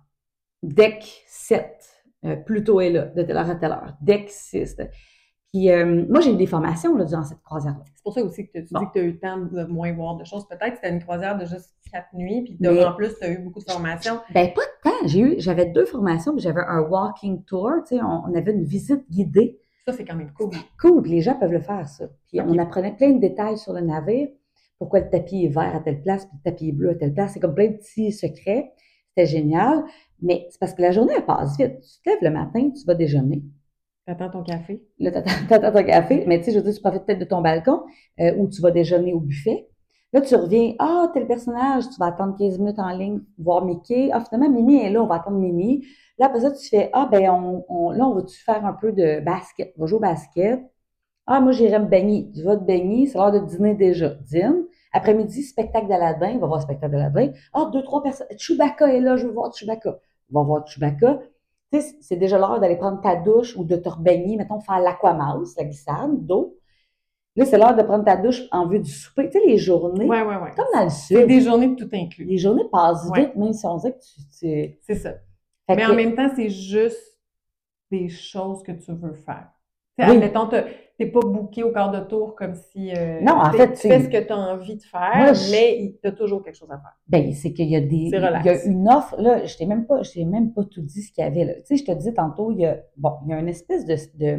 Deck 7, Pluto est là, de telle heure à telle heure. Deck 6. Puis, moi, j'ai eu des formations là, durant cette croisière-là. C'est pour ça aussi que tu Bon. dis que tu as eu le temps de moins voir de choses. Peut-être que c'était une croisière de juste 4 nuits, puis Mais- en plus, tu as eu beaucoup de formations. Ben, pas de temps. J'avais 2 formations, puis j'avais un walking tour. Tu sais, on avait une visite guidée. Ça, c'est quand même cool. Cool, puis les gens peuvent le faire, ça. Puis Ok. on apprenait plein de détails sur le navire. Pourquoi le tapis est vert à telle place, puis le tapis est bleu à telle place. C'est comme plein de petits secrets. C'était génial. Mais c'est parce que la journée, elle passe vite. Tu te lèves le matin, tu vas déjeuner. T'attends ton café. Là, t'attends ton café. Mais tu sais, je veux dire, tu profites peut-être de ton balcon ou tu vas déjeuner au buffet. Là, tu reviens. Ah, tel personnage, tu vas attendre 15 minutes en ligne, voir Mickey. Ah, finalement, Mimi est là, on va attendre Mimi. Là, après ça, tu fais, ah, ben, là, on va-tu faire un peu de basket? On va jouer au basket. Ah, moi, j'irai me baigner. Tu vas te baigner, c'est l'heure de dîner déjà. Dîne. Après-midi, spectacle d'Aladin. On va voir spectacle d'Aladin. Ah, 2, 3 personnes. Chewbacca est là, je veux voir Chewbacca. On va voir Chewbacca. Tu sais, c'est déjà l'heure d'aller prendre ta douche ou de te rebaigner, mettons, faire l'aquamouse, la glissade d'eau. Là, c'est l'heure de prendre ta douche en vue du souper. Tu sais, les journées, Ouais. comme dans le C'est sud, des journées de tout inclus. les journées passent Ouais. vite, même si on dit que tu... C'est ça. Fait Mais que- en même temps, c'est juste des choses que tu veux faire. Tu sais, Oui. admettons, t'es pas booké au quart de tour comme si Non, en fait, tu fais ce que tu as envie de faire, Moi, mais tu as toujours quelque chose à faire. Ben, c'est qu'il y a C'est relax. il y a une offre, là, je t'ai même pas tout dit ce qu'il y avait, là. Tu sais, je te disais tantôt, il y a une espèce c'est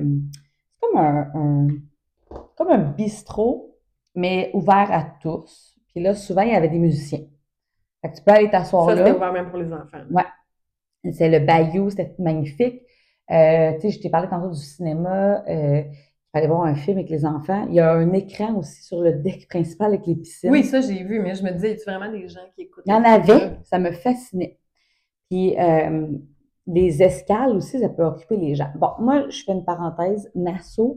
comme un bistrot, mais ouvert à tous. Puis là, souvent, il y avait des musiciens. Fait que tu peux aller t'asseoir Ça, là. c'était ouvert même pour les enfants. Ouais. C'est le Bayou, c'était magnifique. Tu sais, je t'ai parlé tantôt du cinéma. Il fallait voir un film avec les enfants. Il y a un écran aussi sur le deck principal avec les piscines. Oui, ça, j'ai vu, mais je me disais, y a vraiment des gens qui écoutent? Il y en avait, ça me fascinait. Puis les escales aussi, ça peut occuper les gens. Bon, moi, je fais une parenthèse. Nassau,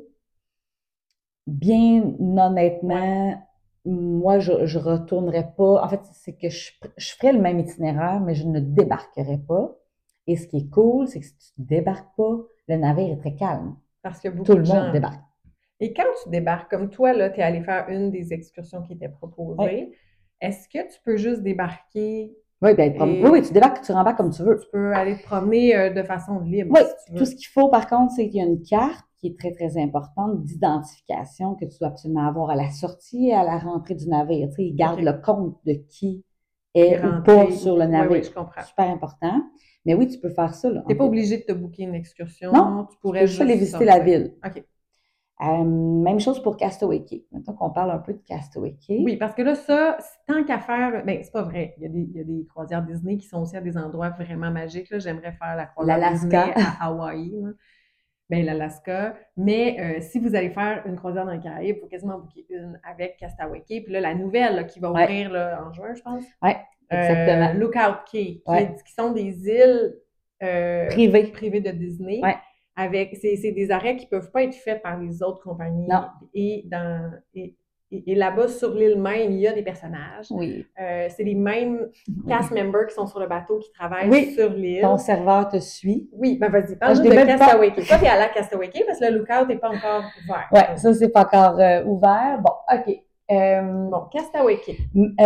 bien honnêtement, moi, je retournerais pas. En fait, c'est que je ferais le même itinéraire, mais je ne débarquerais pas. Et ce qui est cool, c'est que si tu ne débarques pas, le navire est très calme. Parce que beaucoup Tout le de monde gens... débarque. Et quand tu débarques, comme toi, là, tu es allé faire une des excursions qui étaient proposées, Ouais. est-ce que tu peux juste débarquer Oui, ben, Et- oui, tu débarques, tu rembarques comme tu veux. Tu peux aller te promener de façon libre, Oui, si tu veux. tout ce qu'il faut, par contre, c'est qu'il y a une carte qui est très, très importante d'identification que tu dois absolument avoir à la sortie et à la rentrée du navire. Tu sais, ils gardent OK. le compte de qui Qui est est ou rentré pas ou- sur le oui, navire. oui, je comprends. Super important. Mais oui, tu peux faire ça, là. T'es en pas fait. obligé de te booker une excursion. Non, tu tu pourrais peux juste aller juste visiter la sortir. ville. OK. Même chose pour Castaway Cay. Maintenant qu'on parle un peu de Castaway Cay. Oui, parce que là, ça, tant qu'à faire, ben, c'est pas vrai. Il y a des croisières Disney qui sont aussi à des endroits vraiment magiques. Là. J'aimerais faire la croisière L'Alaska. Disney à Hawaï, là. Ben, l'Alaska. Mais si vous allez faire une croisière dans le Caraïbe, il faut quasiment booker une avec Castaway Cay. Puis là, la nouvelle là, qui va Ouais. ouvrir là, en juin, je pense. Oui, exactement. Lookout Cay, Ouais. qui sont des îles Privé. privées de Disney. Ouais. C'est des arrêts qui ne peuvent pas être faits par les autres compagnies. Non. Et là-bas, sur l'île même, il y a des personnages. Oui. C'est les mêmes cast Oui. members qui sont sur le bateau qui travaillent Oui. sur l'île. Ton serveur te suit. Oui, ben vas-y, Ah, parle-nous je de déballe pas. Castaway Cay. Toi, t'es allé à Castaway Cay parce que le Lookout n'est pas encore ouvert. Oui, ça, c'est pas encore ouvert. Bon, OK. Bon, Castaway Cay.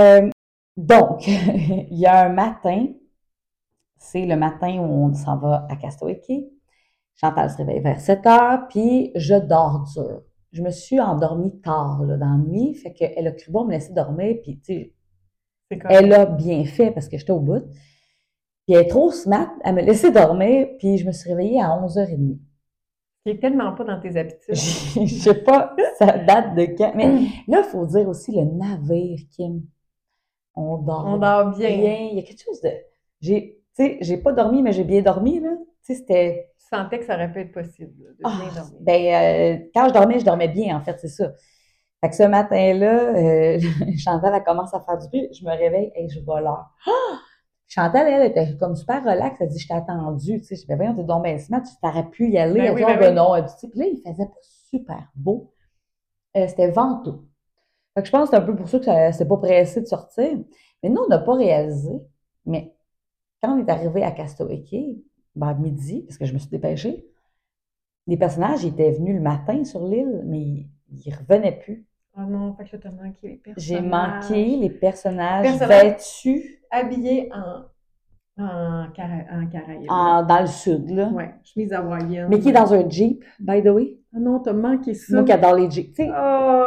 Donc, il y a un matin, c'est le matin où on s'en va à Castaway Cay. Chantal se réveille vers 7 heures, puis je dors dur. Je me suis endormie tard là, dans la nuit, fait qu'elle a cru bon me laisser dormir, puis tu sais, C'est correct. elle a bien fait parce que j'étais au bout. Puis elle est trop smart à me laisser dormir, puis je me suis réveillée à 11h30. Qui est tellement pas dans tes habitudes. Je sais pas, ça date de quand. Mais là, il faut dire aussi le navire, Kim. On dort bien. Il y a quelque chose de... Tu sais, j'ai pas dormi, mais j'ai bien dormi, là. Tu sais, c'était... Tu sentais que ça aurait pu être possible là, de bien dormir. Ben, quand je dormais bien, en fait, c'est ça. Fait que ce matin-là, Chantal, elle commence à faire du bruit. Je me réveille et je vois l'heure. Chantal, elle, était comme super relax. Elle dit, je t'ai attendu. Tu sais, je dis, ben voyons, t'es donc bien smart, tu t'aurais pu y aller. Ben Elle oui, dit, ben oh, ben oui. non. Elle dit, tu sais, puis là, il faisait pas super beau. C'était venteux. Fait que je pense que c'est un peu pour ça que ça s'est pas pressé de sortir. Mais nous, on n'a pas réalisé. Mais quand on est arrivé à Castaway Cay, ben, à midi, parce que je me suis dépêchée, les personnages ils étaient venus le matin sur l'île, mais ils revenaient plus. Oh non, fait que là, t'as manqué les personnages. J'ai manqué les personnages Personnages vêtus habillés en Caraïbes. dans le sud, là. Ouais, chemise hawaïenne. Mais qui est dans un Jeep, by the way. Ah non, t'as manqué ça. Moi qui adore les Jeeps. Tu sais, Oh,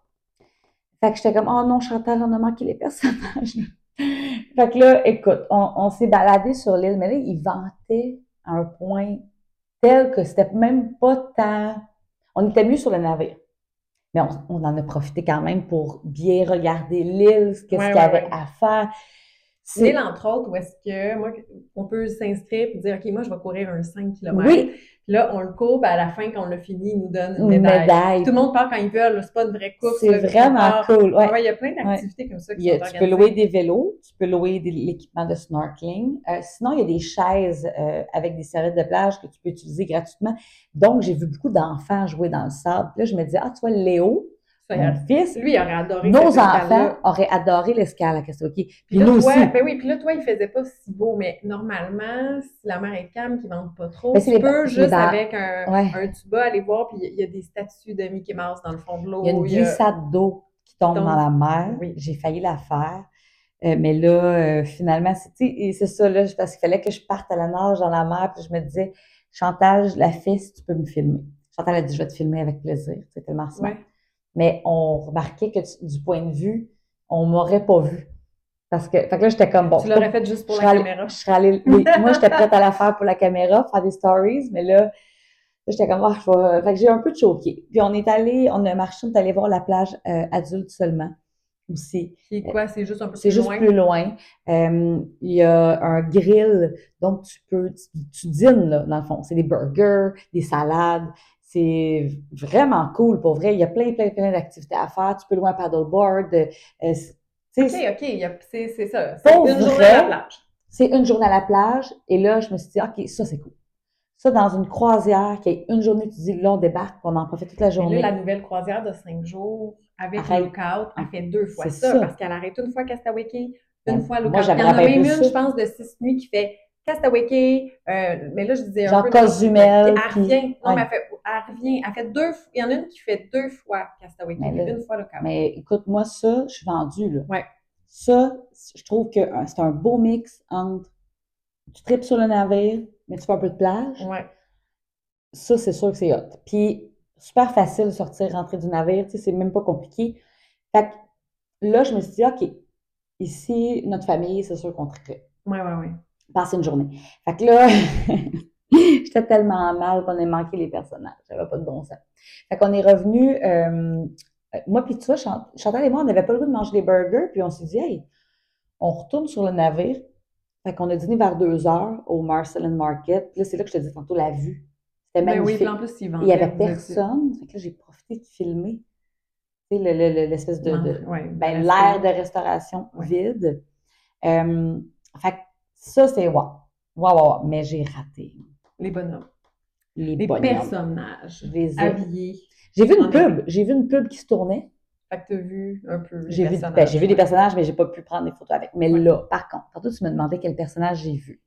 fait que j'étais comme, oh non, Chantal, on a manqué les personnages. Fait que là, écoute, on s'est baladé sur l'île, mais là, il ventait à un point tel que c'était même pas tant... On était mieux sur le navire. Mais on en a profité quand même pour bien regarder l'île, qu'est-ce qu'il y avait à faire. l'île, entre autres, où est-ce que, moi, on peut s'inscrire et dire, OK, moi, je vais courir un 5 km. Oui. Puis là, on le court, puis à la fin, quand on l'a fini, il nous donne Une médaille. Tout le monde part quand ils veulent, c'est pas une vraie course. C'est là, vraiment on part. cool. Ouais. Ouais, il y a plein d'activités comme ça qui sont Tu organisées. peux louer des vélos, tu peux louer l'équipement de snorkeling. Sinon, il y a des chaises avec des serviettes de plage que tu peux utiliser gratuitement. Donc, j'ai vu beaucoup d'enfants jouer dans le sable. Puis là, je me disais, ah, tu vois, Léo, mon fils, lui, il aurait adoré nos cette enfants escale-là. auraient adoré l'escale à Castaway Cay. Puis là, nous toi, aussi. ben oui, puis là, toi, il faisait pas si beau, mais normalement, si la mer est calme, qu'il vente pas trop, Ben, c'est tu les peux c'est juste les avec un Ouais. tuba aller voir, puis il y a des statues de Mickey Mouse dans le fond de l'eau. Il y a une glissade d'eau qui tombe dans la mer. Oui. J'ai failli la faire. Mais là, finalement, c'est ça, là, parce qu'il fallait que je parte à la nage dans la mer, puis je me disais, Chantal, je la fais si tu peux me filmer. Chantal a dit, je vais te filmer avec plaisir. C'est tellement smart. Ouais. Mais on remarquait que du point de vue, on m'aurait pas vu. Fait que là, j'étais comme, bon. Tu l'aurais fait juste pour la caméra. Je serais allée, moi, j'étais prête à la faire pour la caméra, faire des stories, mais là, j'étais comme, fait que j'ai un peu choqué. Puis on a marché, on est allé voir la plage adulte seulement aussi. C'est quoi? C'est juste un peu C'est plus juste loin? plus loin. Il y a un grill, donc tu dînes, là, dans le fond. C'est des burgers, des salades. C'est vraiment cool, pour vrai. Il y a plein d'activités à faire. Tu peux louer un paddleboard. OK, c'est ça. C'est Pour une journée vrai, à la plage. C'est une journée à la plage. Et là, je me suis dit, OK, ça, c'est cool. Ça, dans une croisière, qui est une journée, tu dis, là, on débarque, puis on en profite toute la Mais journée. là, la nouvelle croisière de 5 jours avec Arrête. Lookout, elle fait 2 fois C'est ça, ça. parce qu'elle arrête une fois Castaway Cay, une Ben, fois Lookout. moi, Il y en j'aimerais a bien même plus une, ça. je pense, de 6 nuits qui fait Castaway Cay, mais là, je disais Genre un peu... Cozumel, Puis elle revient. Non, ouais. mais elle revient. Elle fait 2 fois. Il y en a une qui fait 2 fois Castaway Cay, Mais puis là, une fois Lookout. Mais écoute, moi, ça, je suis vendue, là. Ouais. Ça, je trouve que c'est un beau mix entre tu tripes sur le navire, mais tu fais un peu de plage. Ouais. Ça, c'est sûr que c'est hot. Puis, super facile de sortir, rentrer du navire, tu sais, c'est même pas compliqué. Fait que là, je me suis dit, OK, ici, notre famille, c'est sûr qu'on triperait. Ouais, ouais, ouais. Passer une journée. Fait que là, j'étais tellement mal qu'on ait manqué les personnages. J'avais pas de bon sens. Fait qu'on est revenu, moi puis toi, Chantal et moi, on n'avait pas le goût de manger des burgers, puis on s'est dit, hey, on retourne sur le navire. Fait qu'on a dîné vers 2 heures au Marcellin Market. Puis là, c'est là que je te dis tantôt la vue. C'était Ben oui, magnifique. puis en plus, ils Il vendaient. n'y avait vous étiez- personne. Fait que là, j'ai profité de filmer. Tu sais, l'espèce Ouais, ben, de l'air de resto. restauration Ouais. vide. Fait que ça, c'est wow. Wow. Mais j'ai raté Les bonhommes. les Les bonhommes. personnages Je les ai. habillés. J'ai vu une en pub. été. J'ai vu une pub qui se tournait. Fait que t'as vu un peu les J'ai vu, personnages. ben, j'ai vu des ouais. personnages, mais j'ai pas pu prendre des photos avec. Mais Ouais. là, par contre, tantôt, tu me demandais quel personnage j'ai vu.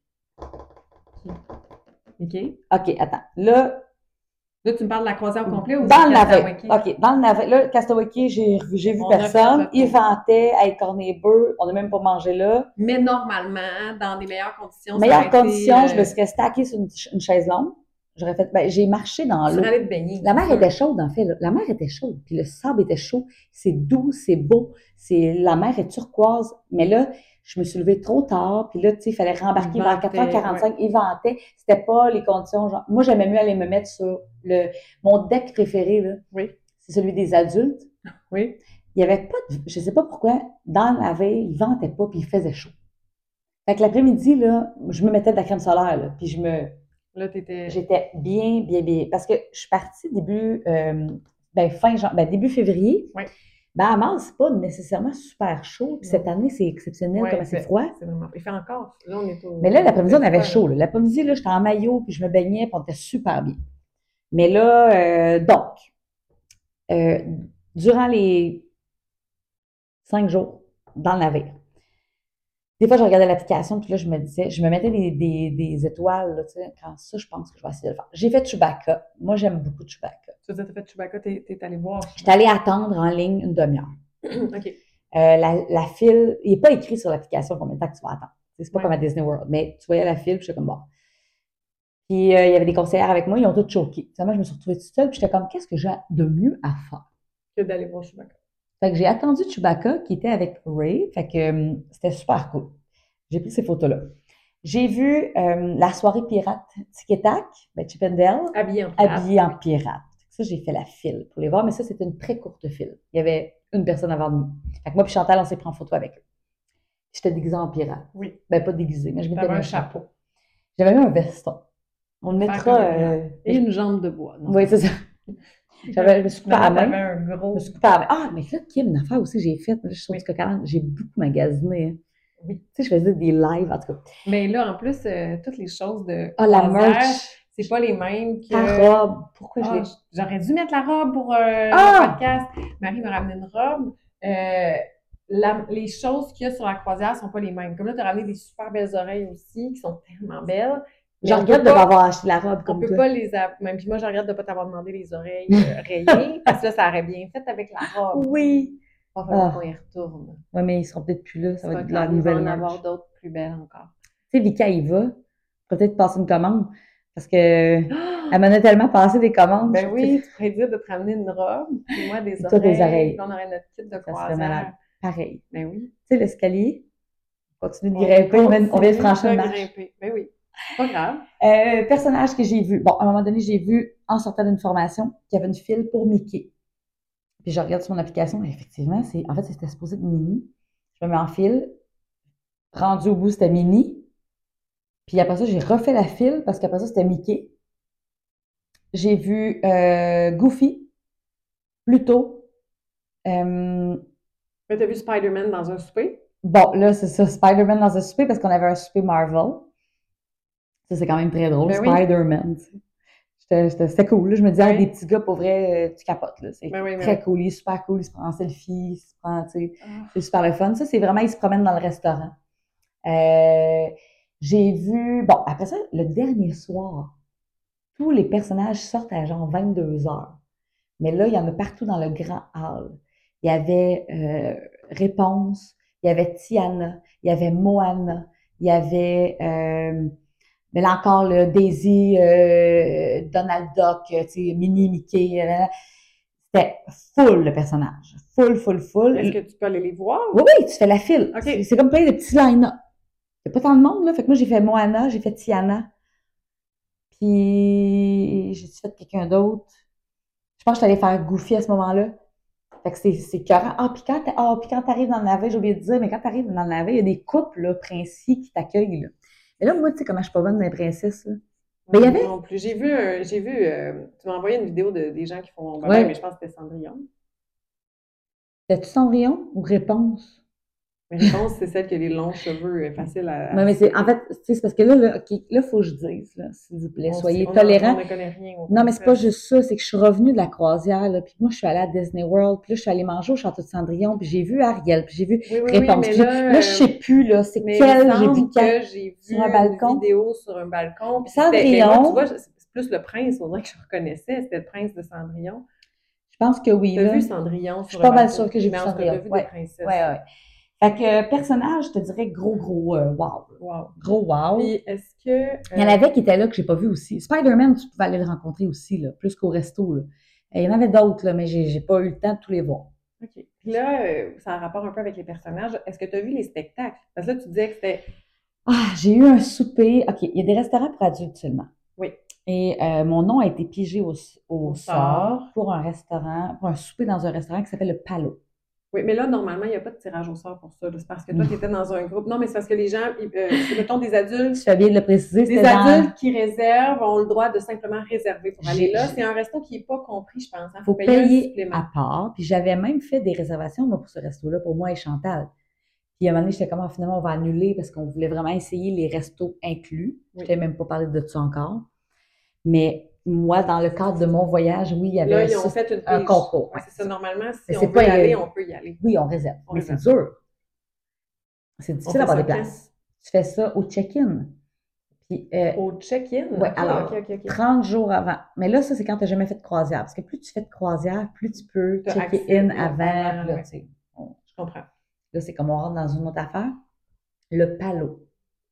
OK. OK, attends. Là, Là, tu me parles de la croisière au complet ou dans du le navire. Castaway? OK, dans le navire. Là, Castaway, j'ai vu On a fait personne. le Il tour. vantait à être corné bœuf. On n'a même pas mangé là. Mais normalement, dans des meilleures conditions, ça Meilleures aurait été, conditions, je me serais stackée sur une chaise longue. J'aurais fait, ben, j'ai marché dans tu l'eau. serais allé te baigner. La c'est mer sûr. était chaude, en fait, là. La mer était chaude, puis le sable était chaud. C'est doux, c'est beau. La mer est turquoise. Mais là, je me suis levée trop tard, puis là, tu sais, il fallait rembarquer Il vers ventait, 4h45. Il ventait. C'était pas les conditions, genre. Moi, j'aimais mieux aller me mettre sur mon deck préféré, là. Oui. C'est celui des adultes. Oui. Il y avait pas de, je sais pas pourquoi, dans le navire, il ventait pas, puis il faisait chaud. Fait que l'après-midi, là, je me mettais de la crème solaire, là, puis Là, t'étais. j'étais bien. Parce que je suis partie début, début février. Oui. Bahamas, c'est pas nécessairement super chaud. Puis Non. cette année, c'est exceptionnel Ouais, comme c'est froid. C'est vraiment. Il fait encore. Là, on est au. Mais là, l'après-midi, on avait froid, chaud. Là. L'après-midi, là, j'étais en maillot, puis je me baignais, puis on était super bien. Mais là, durant les 5 jours dans le navire, des fois, je regardais l'application, puis là, je me mettais des étoiles, là, tu sais, quand ça, je pense que je vais essayer de le faire. J'ai fait Chewbacca. Moi, j'aime beaucoup Chewbacca. Tu as fait Chewbacca, t'es allé voir. J'étais allée attendre en ligne une demi-heure. OK. La file, il n'est pas écrit sur l'application combien de temps que tu vas attendre. C'est pas Ouais. comme à Disney World, mais tu voyais la file, puis j'étais comme bon. Puis il y avait des conseillères avec moi, ils ont tous choqué. Finalement, je me suis retrouvée toute seule, puis j'étais comme qu'est-ce que j'ai de mieux à faire? Que d'aller voir Chewbacca. Fait que j'ai attendu Chewbacca qui était avec Ray, fait que c'était super cool. J'ai pris ces photos-là. J'ai vu la soirée pirate Tic et Tac, Chip and Dale, Habillé en pirate. habillé en pirate. Ça, j'ai fait la file pour les voir, mais ça, c'était une très courte file. Il y avait une personne avant nous. Fait que moi puis Chantal, on s'est pris en photo avec eux. J'étais déguisée en pirate. Oui. Ben, pas déguisée, mais je m'étais T'avais mis un chapeau. J'avais mis un veston. On le Faire mettra... comme un pirate. Et une jambe de bois. Non? Oui, c'est ça. Je me suis coupée à la T'avais main. un Je gros. me suis coupée à la main. Ah, mais là, Kim, une affaire aussi, j'ai faite. Là, je suis sur Oui. du coq à l'âne. J'ai beaucoup magasiné. Hein. Oui. Tu sais, je faisais des lives, en tout cas. Mais là, en plus, toutes les choses de. Ah, la croisière, merch. C'est pas les mêmes que. Ta robe. Pourquoi je Ah, l'ai... j'aurais dû mettre la robe pour Ah! le podcast. Marie me ramené une robe. Les choses qu'il y a sur la croisière sont pas les mêmes. Comme là, tu as ramené des super belles oreilles aussi, qui sont tellement belles. Je Mais on regrette peut de pas- pas avoir acheté la robe On comme peut toi. pas les même puis moi je regrette de pas t'avoir demandé les oreilles rayées parce que là ça aurait bien fait avec la robe. Oui. Il va falloir Ah. qu'on y retourne. Oui, mais ils seront peut-être plus là. Ça C'est va pas être grave, leur il va nouvelle en merch. avoir d'autres plus belles encore. Tu sais, Vika, il va. Peut-être passer une commande. Parce que elle m'en a tellement passé des commandes. Ben oui, tu pourrais dire de te ramener une robe, puis moi des Et toi, des oreilles. puis on aurait notre kit de Ça croisière. serait malade. Pareil. Ben oui. Tu sais, l'escalier. Continue de On grimper. On vient de continue franchir une marche. grimper. Ben oui. C'est pas grave. Personnage que j'ai vu. Bon, à un moment donné, j'ai vu, en sortant d'une formation, qu'il y avait une file pour Mickey. Puis je regarde sur mon application, et effectivement, c'était supposé être Minnie. Je me mets en file. Rendu au bout, c'était Minnie. Puis après ça, j'ai refait la file parce qu'après ça, c'était Mickey. J'ai vu Goofy, Pluto. Mais t'as vu Spider-Man dans un souper? Bon, là, c'est ça, Spider-Man dans un souper parce qu'on avait un souper Marvel. Ça, c'est quand même très drôle, Ben oui. Spider-Man. Tu sais. C'était cool. Là. Je me disais, Oui. ah, des petits gars, pour vrai, tu capotes. Là. C'est Ben oui, ben très oui. cool. Il est super cool. Il se prend en selfie. Il se prend, tu sais, Ah. c'est super le fun. Ça, c'est vraiment, il se promène dans le restaurant. J'ai vu, bon, après ça, le dernier soir, tous les personnages sortent à genre 22h. Mais là, il y en a partout dans le grand hall. Il y avait Réponse, il y avait Tiana, il y avait Moana, il y avait, mais là encore, là, Daisy, Donald Duck, tu sais, Minnie, Mickey, c'était full le personnage. Full, full, full. Est-ce que tu peux aller les voir? Oui, oui, tu fais la file. OK. C'est comme plein de petits line-up. Il n'y a pas tant de monde, là. Fait que moi, j'ai fait Moana, j'ai fait Tiana. Puis, j'ai fait quelqu'un d'autre. Je pense que je suis allée faire Goofy à ce moment-là. Fait que c'est écœurant. Puis quand t'arrives dans le navet, j'ai oublié de dire, mais quand t'arrives dans le navet, il y a des couples, là, princiers qui t'accueillent, là. Mais là, moi, tu sais comment je suis pas bonne dans les princesses, là. Mais il y avait... Non plus. J'ai vu, tu m'as envoyé une vidéo des gens qui font Ouais. mais je pense que c'était Cendrillon. T'as-tu Cendrillon ou Réponse? Mais Réponse, c'est celle qui a les longs cheveux, facile à Non, mais c'est, en fait, tu sais, c'est parce que là, OK, là, faut que je dise, là, s'il vous plaît, soyez tolérants. On ne connaît rien. Non, mais c'est pas juste ça, c'est que je suis revenue de la croisière, là, puis moi, je suis allée à Disney World, puis là, je suis allée manger au Château de Cendrillon, puis j'ai vu Ariel, puis j'ai vu Réponse. mais Puis là, je sais plus, là, c'est quelle j'ai vu quand. j'ai vu sur un balcon. une vidéo sur un balcon. Puis Cendrillon. moi, tu vois, c'est plus le prince, on dirait que je reconnaissais, c'était le prince de Cendrillon. Je pense que oui, T'as là. vu Cendrillon Je suis pas mal sûre que j'ai vu mais Cendrillon. t'as vu Ouais. des princesses. Ouais. Fait que, personnage, je te dirais gros, wow. Wow. Gros wow. Puis, est-ce que... Il y en avait qui étaient là que j'ai pas vu aussi. Spider-Man, tu pouvais aller le rencontrer aussi, là, plus qu'au resto, là. Il y en avait d'autres, là, mais j'ai pas eu le temps de tous les voir. OK. Puis là, ça a un rapport un peu avec les personnages. Est-ce que tu as vu les spectacles? Parce que là, tu disais que c'était... Ah, j'ai eu un souper. OK, il y a des restaurants pour adultes seulement. Oui. Et mon nom a été pigé au sort sort. pour un souper dans un restaurant qui s'appelle le Palo. Oui, mais là, normalement, il n'y a pas de tirage au sort pour ça. C'est parce que toi, tu étais dans un groupe. Non, mais c'est parce que les gens, mettons des adultes. Tu fais bien de le préciser. Des adultes qui réservent ont le droit de simplement réserver pour aller là. C'est un resto qui n'est pas compris, je pense. Il faut payer un supplément. À part. Puis j'avais même fait des réservations, moi, pour ce resto-là, pour moi et Chantal. Puis à un moment donné, j'étais comme, finalement, on va annuler parce qu'on voulait vraiment essayer les restos inclus. Oui. Je t'ai même pas parlé de ça encore. Mais moi, dans le cadre de mon voyage, oui, il y avait là, ils ont fait un concours. Ouais, c'est ça. Normalement, si on veut y aller, on peut y aller. Oui, on réserve. Mais c'est dur. C'est difficile d'avoir des places. Tu fais ça au check-in. Puis, au check-in? Oui, alors, 30 jours avant. Mais là, ça, c'est quand tu n'as jamais fait de croisière. Parce que plus tu fais de croisière, plus tu peux check-in avant. Là, je comprends. Là, c'est comme on rentre dans une autre affaire. Le Palo.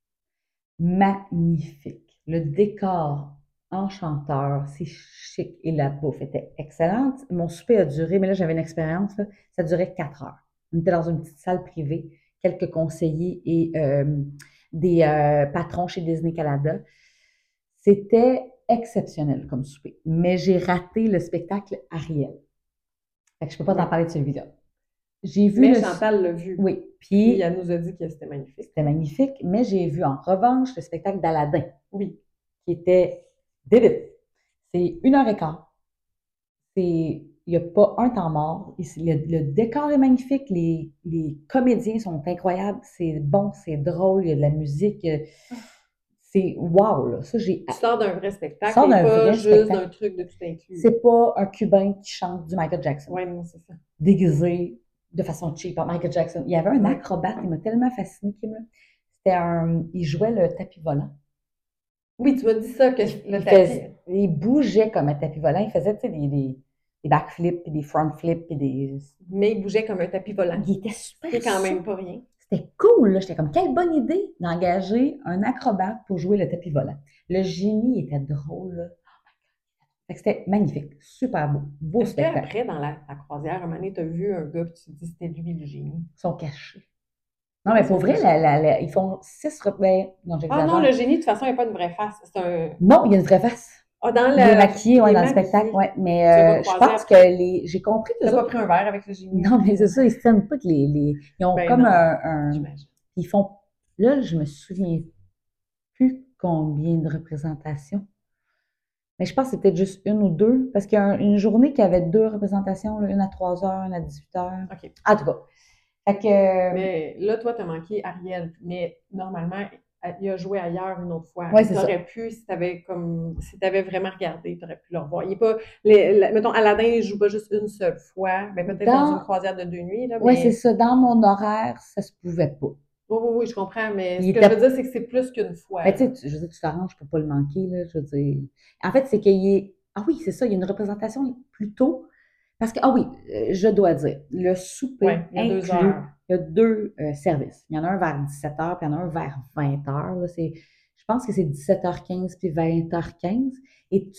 Magnifique. Le décor enchanteur, c'est chic et la bouffe était excellente. Mon souper a duré, mais là j'avais une expérience, là, ça durait 4 heures. On était dans une petite salle privée, quelques conseillers et des patrons chez Disney Canada. C'était exceptionnel comme souper, mais j'ai raté le spectacle Ariel. Fait que je peux pas t'en parler de celui-là. J'ai vu mais Chantal l'a vu. Oui. Puis elle nous a dit que c'était magnifique. C'était magnifique, mais j'ai vu en revanche le spectacle d'Aladin. Oui. Qui était débile. C'est 1h15. Il n'y a pas un temps mort. Le décor est magnifique. Les comédiens sont incroyables. C'est bon, c'est drôle. Il y a de la musique. C'est wow, là. Ça, tu sors d'un vrai spectacle. Tu sors d'un pas vrai juste spectacle. d'un truc de tout inclus. C'est pas un Cubain qui chante du Michael Jackson. Oui, non, c'est ça. Déguisé de façon cheap par Michael Jackson. Il y avait un acrobate. Il m'a tellement fasciné, Kim. Il jouait le tapis volant. Oui, tu m'as dit ça, que le tapis... Il bougeait comme un tapis volant. Il faisait, tu sais, des backflips, puis des frontflips, puis des... Mais il bougeait comme un tapis volant. Il était super... C'est quand même pas rien. C'était cool, là. J'étais comme, quelle bonne idée d'engager un acrobate pour jouer le tapis volant. Le génie était drôle, là. Fait que c'était magnifique. Super beau. Beau spectacle. Après, dans la croisière, un moment donné, tu as vu un gars, puis tu te dis, c'était lui le génie. Ils sont cachés. Non, mais pour vrai, ils font 6 repères. Non, j'exagère. Ah non, le génie, de toute façon, il n'y a pas de vraie face. Non, il y a une vraie face. Ah, dans il est maquillé, dans le spectacle, ouais. Mais je pense que j'ai compris que tu n'as pas pris un verre avec le génie. Non, mais c'est ça, ils ne se tiennent pas que ils ont comme un... Ils font... Là, je me souviens plus combien de représentations. Mais je pense que c'était juste 1 ou 2, parce qu'il y a une journée qui avait 2 représentations, là, une à 3 heures, une à 18 heures. OK. En tout cas. Fait que... Mais là, toi, tu as manqué Ariel, mais normalement, il a joué ailleurs une autre fois. Oui, c'est ça. Tu aurais pu, si tu avais vraiment regardé, tu aurais pu le revoir. Il est pas, mettons, Aladin, il joue pas juste une seule fois, mais peut-être dans une croisière de 2 nuits. Oui, c'est ça. Dans mon horaire, ça se pouvait pas. Oui, je comprends, mais ce que je veux dire, c'est que c'est plus qu'une fois. Mais tu sais, je veux dire, tu t'arranges pour pas le manquer, là, je veux dire. En fait, c'est qu'il est... Ah oui, c'est ça, il y a une représentation plus tôt, Parce que, ah oui, je dois dire, le souper Ouais, il y a 2 inclus, heures. il y a deux services. Il y en a un vers 17h, puis il y en a un vers 20h. Là, je pense que c'est 17h15 puis 20h15. Et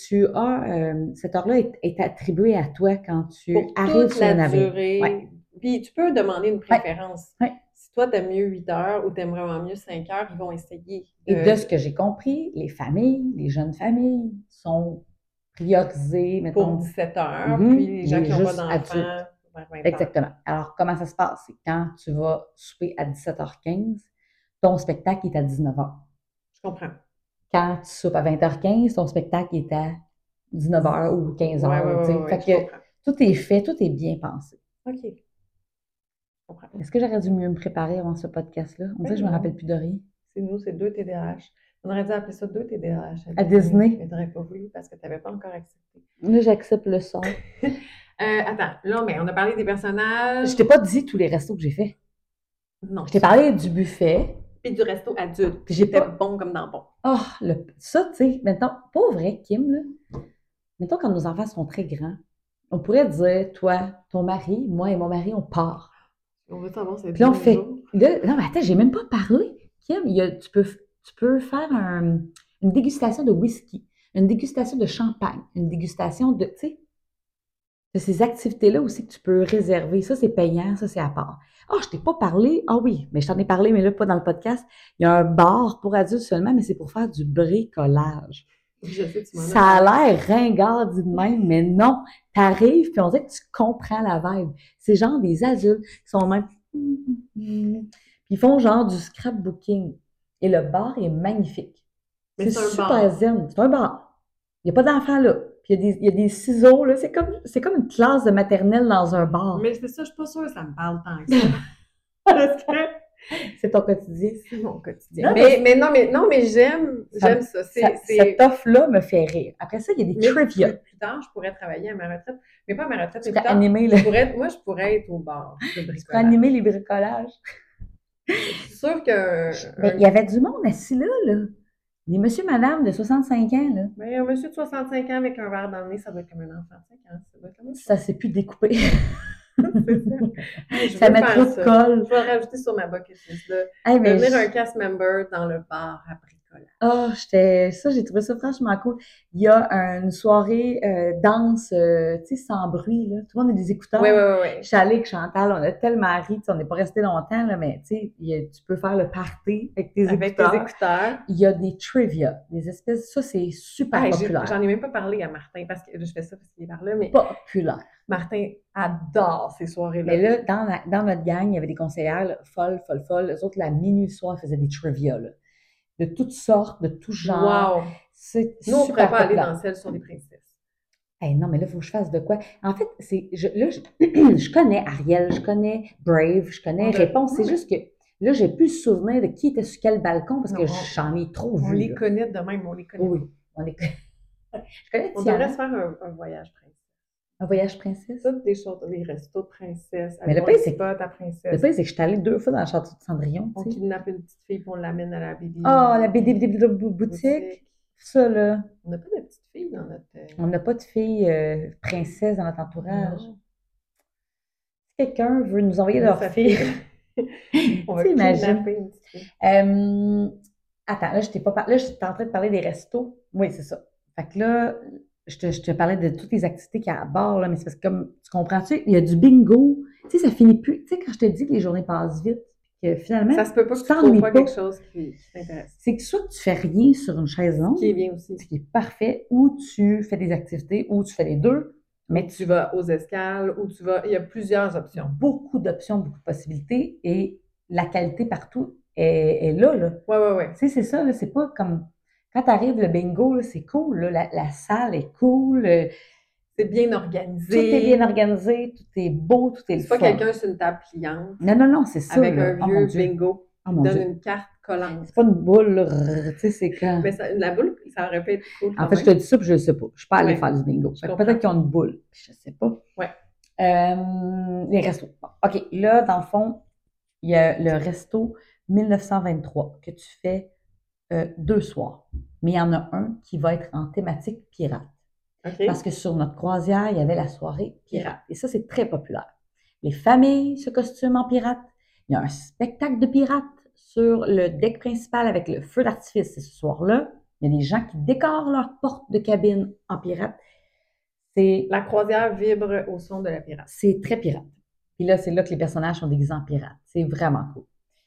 cette heure-là est attribuée à toi quand tu Pour arrives toute sur le la navire. durée. Ouais, Puis tu peux demander une ouais, préférence. ouais. Si toi, t'aimes mieux 8 heures ou t'aimes vraiment mieux 5 heures, ils vont essayer Et de ce que j'ai compris, les familles, les jeunes familles sont priorisées, pour mettons, 17 heures, puis les gens qui n'ont pas juste adultes. d'enfants, vers 20 heures. Exactement. Alors, comment ça se passe? C'est quand tu vas souper à 17h15, ton spectacle est à 19h. Je comprends. Quand tu soupes à 20h15, ton spectacle est à 19h ou 15h. Tu sais. Ouais, Fait je que comprends. tout est fait, tout est bien pensé. OK. Je comprends. Est-ce que j'aurais dû mieux me préparer avant ce podcast-là? On dirait que je me non. rappelle plus de rien. C'est nous, c'est 2 TDAH. On aurait dû appeler ça 2 TDAH À Disney. mais t'aurais pas voulu parce que tu n'avais pas encore accepté. Là, j'accepte le sort. Attends, là, mais on a parlé des personnages. Je t'ai pas dit tous les restos que j'ai faits. Non. Je t'ai parlé du buffet. Puis du resto adulte. Puis j'ai J'étais pas- bon comme dans bon. Ah, ça, tu sais, maintenant, pas vrai, Kim, là. Mettons, quand nos enfants sont très grands, on pourrait dire, toi, ton mari, moi et mon mari, on part. On veut savoir c'est Puis là, on fait. jours. Là, non, mais attends, j'ai même pas parlé. Kim, tu peux faire une dégustation de whisky, une dégustation de champagne, une dégustation de, tu sais, de ces activités-là aussi que tu peux réserver. Ça, c'est payant, ça, c'est à part. Ah, je t'ai pas parlé. Ah oui, mais je t'en ai parlé, mais là, pas dans le podcast. Il y a un bar pour adultes seulement, mais c'est pour faire du bricolage. Je sais, tu m'en as Ça a parlé. l'air ringard dit de même, mais non. T'arrives, puis on dirait que tu comprends la vibe. C'est genre des adultes qui sont même... Puis ils font genre du scrapbooking. Et le bar est magnifique. Mais C'est c'est un super bar. zen. C'est un bar. Il n'y a pas d'enfants là. Puis il y a des ciseaux, là. C'est comme une classe de maternelle dans un bar. Mais c'est ça, je suis pas sûre que ça me parle tant que ça. Parce que C'est ton quotidien. c'est mon quotidien. Non, Non, mais j'aime ça. Cette offre-là me fait rire. Après ça, il y a des Mais trivia. plus tard, je pourrais travailler à ma retraite. Mais pas à ma retraite, Tu mais peux plus tard, animer, là. moi, je pourrais être au bar de Tu peux bricolage. animer les bricolages. Je suis sûre que Ben, il y avait du monde assis là, là. Des monsieur, madame de 65 ans, là. mais un monsieur de 65 ans avec un verre dans le nez, ça doit être comme un enfant de 5 ans. Ça doit être la même chose. Ça s'est plus découpé. C'est ça. Hey, je Ça veux met faire trop de ça. colle. Je vais rajouter sur ma bucket list là. Hey, mais Devenir un cast member dans le bar à bricolage. j'ai trouvé ça franchement cool. Il y a une soirée danse, tu sais, sans bruit, là. Tout le monde a des écouteurs. Oui. Je suis allée avec Chantal, on a tellement ri, tu sais, on n'est pas resté longtemps, là, mais tu sais, tu peux faire le party avec tes Avec écouteurs. tes écouteurs. Il y a des trivia, des espèces, ça c'est super Hey, populaire. j'en ai même pas parlé à Martin parce que je fais ça parce qu'il est par là, mais Populaire. Martin adore ces soirées-là. Mais là, dans notre gang, il y avait des conseillères là, folles. Eux autres, la minuit soir, faisaient des trivia, là. De toutes sortes, de tout genre. Wow! C'est Nous, on ne pourrait super pas aller populaire. dans celle sur les princesses. Hey, non, mais là, il faut que je fasse de quoi. En fait, je connais Ariel, je connais Brave, je connais Réponse. C'est juste que là, j'ai plus le souvenir de qui était sur quel balcon parce que Non, j'en ai trop vu. On les là. connaît de même, on les connaît. Oui, on les connaît. Je connais On Tiana. devrait se faire un voyage princesse. Un voyage princesse. Toutes des choses, les restos de princesse. Mais le aller pire, voir c'est des spots à princesse. Le pire, c'est que je suis allée 2 fois dans le château de Cendrillon. On Tu sais. kidnappe une petite fille et on l'amène à la BD. Ah, la BD boutique. Ça, là. On n'a pas de petite fille dans notre. On n'a pas de fille princesse dans notre entourage. Non. Si quelqu'un veut nous envoyer Nous, leur ça fille. On va T'imagines? kidnapper une petite fille. Attends, là, là, j'étais en train de parler des restos. Oui, c'est ça. Fait que là, je te parlais de toutes les activités qu'il y a à bord, là, mais c'est parce que, comme, tu comprends-tu, il y a du bingo. Tu sais, ça finit plus. Tu sais, quand je te dis que les journées passent vite, que finalement, Ça se peut pas que tu tu trouves t'ennuies pas pas. quelque chose qui t'intéresse. C'est que soit tu fais rien sur une chaise longue, Qui est bien aussi. ce qui est parfait, ou tu fais des activités, ou tu fais les deux, mais Tu vas aux escales ou tu vas. Il y a plusieurs options. beaucoup d'options, beaucoup de possibilités, et la qualité partout est là, là. Ouais. Tu sais, c'est ça, là, c'est pas comme... Quand t'arrives, le bingo, là, c'est cool, là, la salle est cool, C'est bien tout organisé. est bien organisé, tout est beau, tout est le C'est pas fun. quelqu'un sur une table pliante Non, c'est ça, avec là. un Oh, mon vieux Dieu. bingo Oh, qui mon donne Dieu. une carte collante. C'est pas une boule, là, tu sais, c'est quand... Mais la boule, ça aurait pu être cool. En fait, je te dis ça, puis je ne sais pas. Je suis pas allée Ouais. faire du bingo. Je Fait que comprends. peut-être qu'ils ont une boule, puis je sais pas. Ouais. Les restos. Bon, OK, là, dans le fond, il y a le resto 1923 que tu fais 2 soirs. Mais il y en a un qui va être en thématique pirate. OK. Parce que sur notre croisière, il y avait la soirée pirate. Et ça, c'est très populaire. Les familles se costument en pirate. Il y a un spectacle de pirates sur le deck principal avec le feu d'artifice. Et ce soir-là, il y a des gens qui décorent leur porte de cabine en pirate. La croisière vibre au son de la pirate. C'est très pirate. Puis là, c'est là que les personnages sont déguisés en pirates. C'est vraiment cool.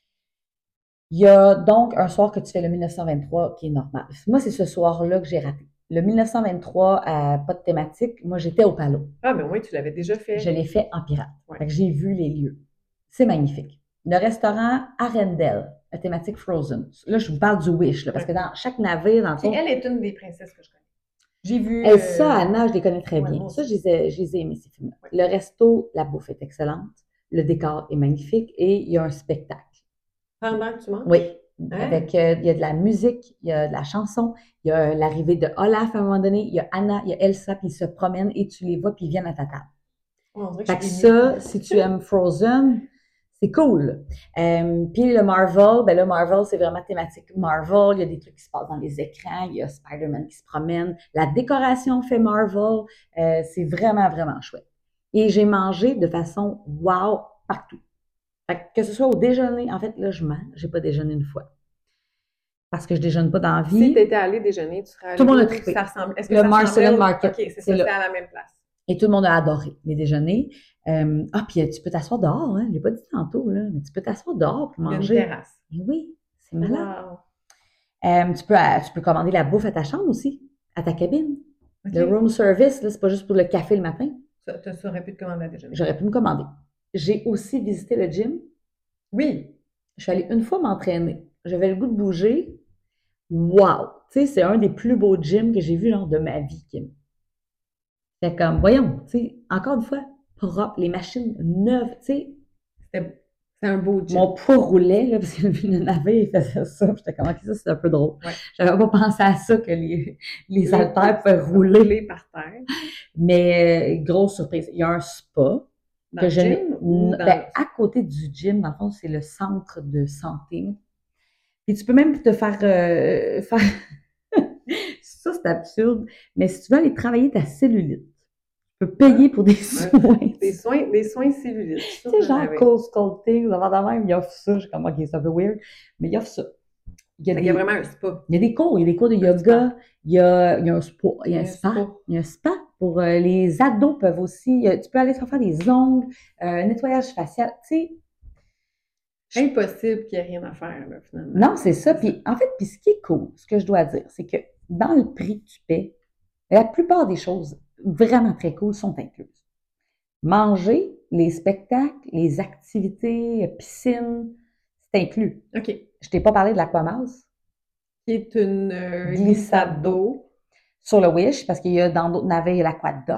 Il y a donc un soir que tu fais le 1923 qui est normal. Moi, c'est ce soir-là que j'ai raté. Le 1923, pas de thématique, moi, j'étais au Palo. Ah, mais oui, tu l'avais déjà fait. Je l'ai fait en pirate. Ouais. Fait que j'ai vu les lieux. C'est magnifique. Le restaurant Arendelle, la thématique Frozen. Là, je vous parle du Wish, là, parce que dans chaque navire, dans le Puis fond, elle est une des princesses que je connais. J'ai vu. ça, Anna, je les connais très ouais, bien. moi Ça, aussi. je les ai aimés, ces films-là. Ouais. Le resto, la bouffe est excellente. Le décor est magnifique et il y a un spectacle. Pendant que tu manges? Oui. Hein? Avec, il y a de la musique, il y a de la chanson, il y a l'arrivée de Olaf à un moment donné, il y a Anna, il y a Elsa, puis ils se promènent et tu les vois, puis ils viennent à ta table. Oh, on dirait Fait que je suis ça, si tu aimes Frozen, c'est cool. Puis le Marvel, ben là, Marvel, c'est vraiment thématique Marvel. Il y a des trucs qui se passent dans les écrans. Il y a Spider-Man qui se promène. La décoration fait Marvel. C'est vraiment, vraiment chouette. Et j'ai mangé de façon wow partout. Fait que ce soit au déjeuner, en fait, là, je mens. J'ai pas déjeuné une fois. Parce que je déjeune pas dans la vie. Si tu étais allé déjeuner, tu serais allé. Tout le monde a où trippé. Ça ressemble. Est-ce que Le ça Marcellin ressemblait Market. OK, c'est ça, C'est c'était là. à la même place. Et tout le monde a adoré les déjeuners. Puis tu peux t'asseoir dehors, hein? Je l'ai pas dit tantôt, là, mais tu peux t'asseoir dehors pour Il y a manger. une terrasse. Et oui, c'est malade. Wow. Tu peux commander la bouffe à ta chambre aussi, à ta cabine. OK. Le room service, là, c'est pas juste pour le café le matin. Tu aurais pu te commander à déjeuner. J'aurais pu me commander. J'ai aussi visité le gym. Oui. Je suis allée une fois m'entraîner. J'avais le goût de bouger. Wow! Tu sais, c'est un des plus beaux gyms que j'ai vu genre, de ma vie, Kim. C'est comme, voyons, tu sais, encore une fois, propre, les machines neuves, tu sais. C'est un beau gym. Mon poids roulait, là, parce que le navire, il faisait ça. Puis j'étais comme, ok, ça, c'est un peu drôle. Ouais. J'avais pas pensé à ça, que les haltères pouvaient rouler. Par terre. Mais grosse surprise, il y a un spa Dans que le je n'ai. gym ou dans Ben, à côté du gym, dans le fond, c'est le centre de santé. Puis tu peux même te faire. Ça, c'est absurde. Mais si tu veux aller travailler ta cellulite, tu peux payer pour des soins. Des soins cellulites. Tu sais, genre cold sculpting, avant de même, ils offrent ça. Je suis comme, ok, c'est un peu weird, mais ils offrent ça. Il y a vraiment un spa. Il y a des cours de yoga, il y a un spa, il y a un spa. Il y a un spa pour les ados peuvent aussi. Tu peux aller te faire des ongles, nettoyage facial, tu sais. Impossible qu'il n'y ait rien à faire, là, finalement. Non, c'est ça. Puis, en fait, ce qui est cool, ce que je dois dire, c'est que dans le prix que tu paies, la plupart des choses vraiment très cool sont incluses. Manger, les spectacles, les activités, piscine, c'est inclus. OK. Je t'ai pas parlé de l'Aquamass. Qui est une glissade d'eau. Sur le Wish, parce qu'il y a dans d'autres navires, il y a l'Aquadoc.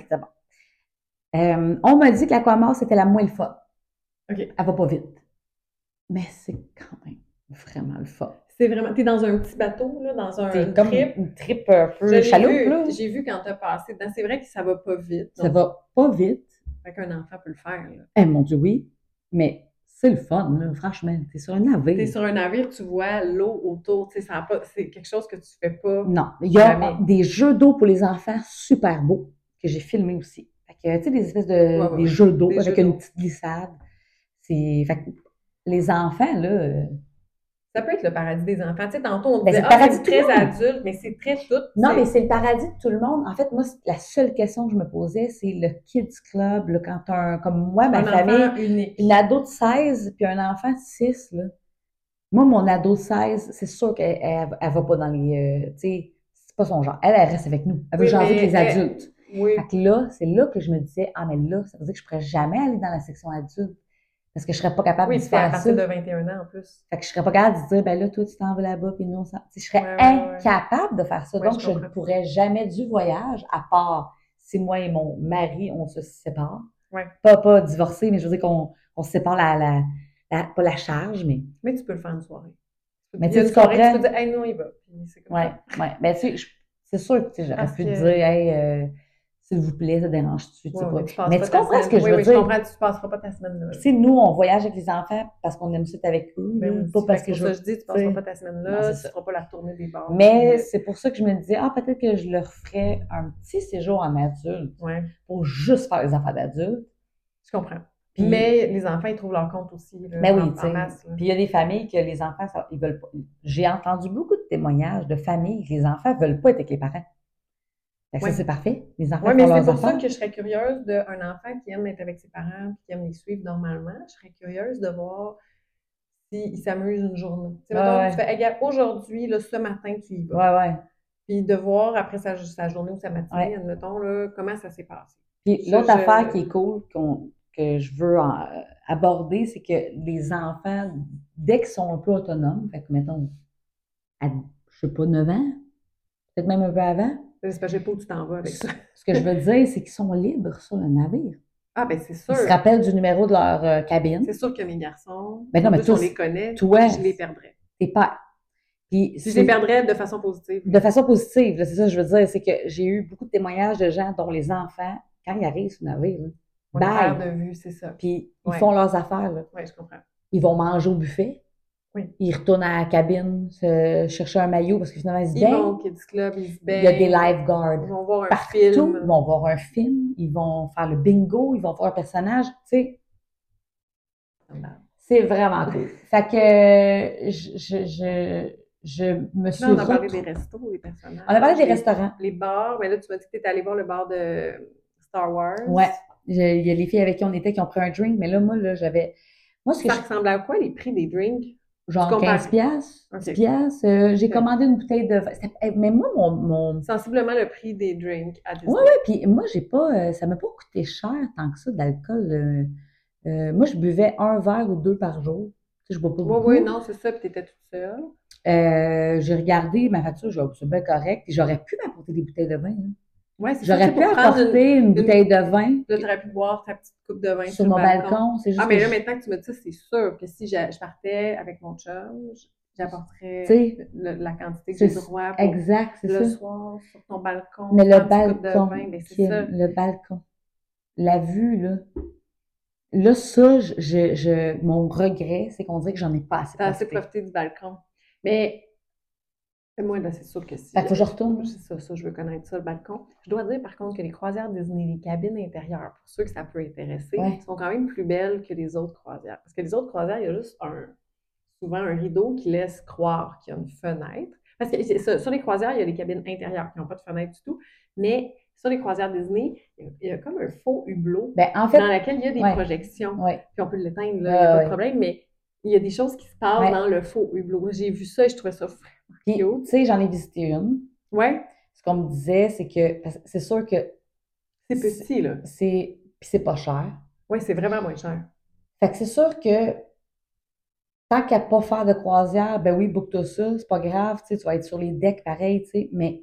On m'a dit que l'Aquamass, c'était la moins le fun. OK. Elle va pas vite. Mais c'est quand même vraiment le fun. C'est vraiment... T'es dans un petit bateau, là, dans un trip. Comme une trip un peu chaloupe, là. J'ai vu quand t'as passé dedans. C'est vrai que ça va pas vite. Ça va pas vite. Fait qu'un enfant peut le faire, là. Eh mon Dieu, oui. Mais c'est le fun, là, franchement. T'es sur un navire. T'es sur un navire, tu vois l'eau autour. Tu sais, c'est quelque chose que tu fais pas. Non. Il y a des jeux d'eau pour les enfants super beaux que j'ai filmés aussi. Fait que, tu sais, des espèces de des jeux d'eau avec une petite glissade. Fait que les enfants, là. Ça peut être le paradis des enfants. Tu sais, tantôt, on Ben, disait, c'est très adulte, mais c'est très tout. Non, mais c'est le paradis de tout le monde. En fait, moi, la seule question que je me posais, c'est le Kids Club, là, quand t'as comme moi, ma famille, une ado de 16 puis un enfant de 6, là. Moi, mon ado de 16, c'est sûr qu'elle va pas dans les... tu sais, c'est pas son genre. Elle reste avec nous. Elle veut jaser avec les adultes. Oui. Fait que là, c'est là que je me disais, ah, mais là, ça veut dire que je pourrais jamais aller dans la section adulte. Parce que je serais pas capable de faire ça. Oui, à partir de 21 ans en plus. Fait que je serais pas capable de dire, ben là, toi, tu t'en vas là-bas, puis nous, je serais incapable de faire ça. Donc, je ne pourrais jamais du voyage, à part si moi et mon mari, on se sépare. Ouais. Pas divorcé, mais je veux dire qu'on se sépare pas la charge, mais... Mais tu peux le faire une soirée. Mais tu comprends? Tu peux dire, hey, non, il va. Ouais. Ben, tu sais, c'est sûr que j'aurais pu dire, hey, S'il vous plaît, ça dérange-tu? Tu sais Ouais, pas. mais tu passes Mais pas tu ta comprends ce semaine. que je Oui, veux oui, je dire? comprends, tu passeras pas ta semaine là. Tu sais, nous, on voyage avec les enfants parce qu'on aime ça être avec eux, Ben là, oui, pas aussi. parce Fait que que pour je ça, je veux. dis, tu Tu passeras sais. pas ta semaine Non, là, c'est tu ça. feras pas la tournée des bars. Mais c'est pour ça que je me disais, peut-être que je leur ferais un petit séjour en adulte Ouais, pour juste faire les affaires d'adultes. je comprends. Puis, Mais les enfants, ils trouvent leur compte aussi, là, ben oui, en tu sais. masse. Là. Puis il y a des familles que les enfants, ils veulent pas. J'ai entendu beaucoup de témoignages de familles que les enfants veulent pas être avec les parents. Fait que Ouais. ça, c'est parfait. Les enfants Oui, font mais c'est leurs pour ça affaires. que je serais curieuse d'un enfant qui aime être avec ses parents et qui aime les suivre normalement. Je serais curieuse de voir s'il s'amuse une journée. Tu sais, Ouais, mettons, ouais. tu fais, hey, gars, aujourd'hui, là, ce matin, tu y vas. Ouais, ouais. Puis de voir après sa journée ou sa matinée, Ouais. admettons, là, comment ça s'est passé. Puis Je- l'autre je- affaire qui est cool, que je veux aborder, c'est que les enfants, dès qu'ils sont un peu autonomes, fait que mettons, à, je sais pas, 9 ans, peut-être même un peu avant, C'est parce que je sais pas où tu t'en vas avec ça. ce que je veux dire, c'est qu'ils sont libres sur le navire. Ah, ben c'est Ils sûr. se rappellent du numéro de leur cabine. C'est sûr que mes garçons, Ben non, en mais plus, on tous, les connaît, toi, je les perdrais. t'es pas. Puis Puis je les perdrais de façon positive. de façon positive, là, c'est ça que je veux dire, c'est que j'ai eu beaucoup de témoignages de gens dont les enfants, quand ils arrivent sur le navire, là, On les perd bye, de vue, c'est ça. puis ils Ouais. font leurs affaires. Là. Oui, je comprends. Ils vont manger au buffet. Oui. Ils retournent à la cabine chercher un maillot parce que finalement, ils se Ils baignent. vont au Kids Club, ils se Il y a des baignent. lifeguards. Ils vont voir un Partout, film. ils vont voir un film, ils vont faire le bingo, ils vont voir un personnage. Tu sais, c'est vraiment cool. Fait que je me suis Là, on a parlé des retrouvée. restos, des personnages. On a parlé des restaurants. Les bars. Mais là, tu m'as dit que tu étais allé voir le bar de Star Wars. Ouais. Il y a les filles avec qui on était qui ont pris un drink, mais là, moi, j'avais. Moi, ce que Ça je. ressemblait à quoi, les prix des drinks? Genre Tu compares. 15 piastres, Ok. 10 piastres. J'ai Ok. commandé une bouteille de vin. Mais moi, mon. Sensiblement le prix des drinks à Disney. Ouais, ouais, puis moi, j'ai pas. Ça m'a pas coûté cher tant que ça d'alcool. Moi, je buvais un verre ou deux par jour. Tu sais, je bois pas Oui, beaucoup. oui, non, c'est ça, puis t'étais toute seule. J'ai regardé ma facture, c'est bien correct. Puis j'aurais pu m'apporter des bouteilles de vin. Hein. Ouais, c'est ça, J'aurais c'est pu pour prendre apporter une bouteille de vin Là, tu aurais pu boire ta petite coupe de vin sur sur le mon balcon. balcon. C'est juste Ah, mais que là, maintenant que tu me dis ça, c'est sûr que si je partais avec mon chum, j'apporterais Tu sais, la quantité que c'est j'ai droit pour exact, c'est le ça. soir, sur ton balcon, Mais le prendre une petite coupe de balcon, vin, ben c'est Kim, ça. le balcon, la vue, là. Là, ça, mon regret, c'est qu'on dirait que j'en ai pas assez T'as assez profité. profité du balcon. Mais moi, là, c'est sûr que si. Fait qu'il faut que je retourne. C'est ça, je veux connaître ça, le balcon. Je dois dire, par contre, que les croisières Disney, les cabines intérieures, pour ceux que ça peut intéresser, Ouais. sont quand même plus belles que les autres croisières. Parce que les autres croisières, il y a juste souvent un rideau qui laisse croire qu'il y a une fenêtre. Parce que sur les croisières, il y a des cabines intérieures qui n'ont pas de fenêtre du tout. Mais sur les croisières Disney, il y a comme un faux hublot Ben, en fait, dans lequel il y a des ouais. projections. ouais. Puis on peut l'éteindre, là, il n'y a pas Ouais. de problème, mais il y a des choses qui se passent Ouais. dans le faux hublot. J'ai vu ça et je trouvais ça Puis, cute. tu sais, j'en ai visité une. Ouais, Ce qu'on me disait, c'est que, parce que c'est sûr que c'est petit, là. puis c'est pas cher. Ouais, c'est vraiment moins cher. Fait que c'est sûr que tant qu'à pas faire de croisière, ben oui, book-toi ça, c'est pas grave, tu sais, tu vas être sur les decks pareil, tu sais, mais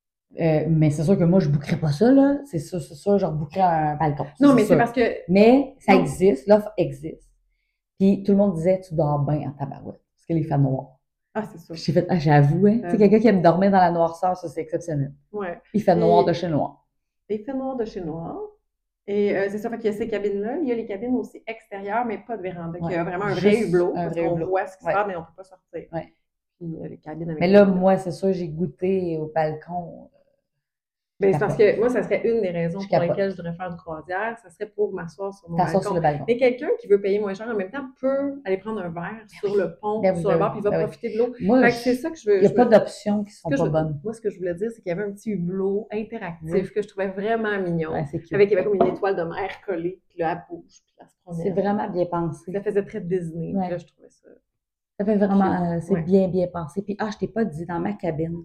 c'est sûr que moi, je bookerais pas ça, là. C'est sûr, je rebookerais un balcon. Ça, Non, mais sûr. c'est parce que. Mais ça Non. existe, l'offre existe. Puis tout le monde disait, tu dors bien en tabarouette, parce que les femmes noires. Ah, c'est sûr. Puis j'ai fait, j'avoue, hein. Tu sais, quelqu'un qui aime dormir dans la noirceur, ça, c'est exceptionnel. Ouais. Il fait Puis- noir de chez noir. Il fait noir de chez noir. Et c'est ça, fait qu'il y a ces cabines-là. Il y a les cabines aussi extérieures, mais pas de véranda. Ouais. Il y a vraiment un Juste vrai hublot, un parce vrai qu'on hublot. voit ce qui se Ouais. passe, mais on ne peut pas sortir. Ouais. Puis les cabines avec Mais là, les- moi, c'est sûr, j'ai goûté au balcon. Ben, c'est parce capote. que moi, ça serait une des raisons Je pour capote. lesquelles je devrais faire une croisière. Ça serait pour m'asseoir sur mon T'asseoir sur balcon. le balcon. Mais quelqu'un qui veut payer moins cher en même temps peut aller prendre un verre sur le pont, Ben oui, sur ben le bord, oui, puis il va ben oui. profiter de l'eau. Moi, Fait que c'est ça que je veux. il n'y a je pas veux- d'options qui sont que pas je- bonnes. Moi, ce que je voulais dire, c'est qu'il y avait un petit hublot interactif Oui. que je trouvais vraiment mignon. Ouais, c'est cute. Avec, il y avait comme une étoile de mer collée, puis là, elle bouge, puis elle se C'est promène. vraiment bien pensé. Ça faisait très Disney. Ouais. Puis là, je trouvais ça. Ça fait vraiment, Cute. c'est Ouais. bien, bien pensé. Puis, je t'ai pas dit dans ma cabine,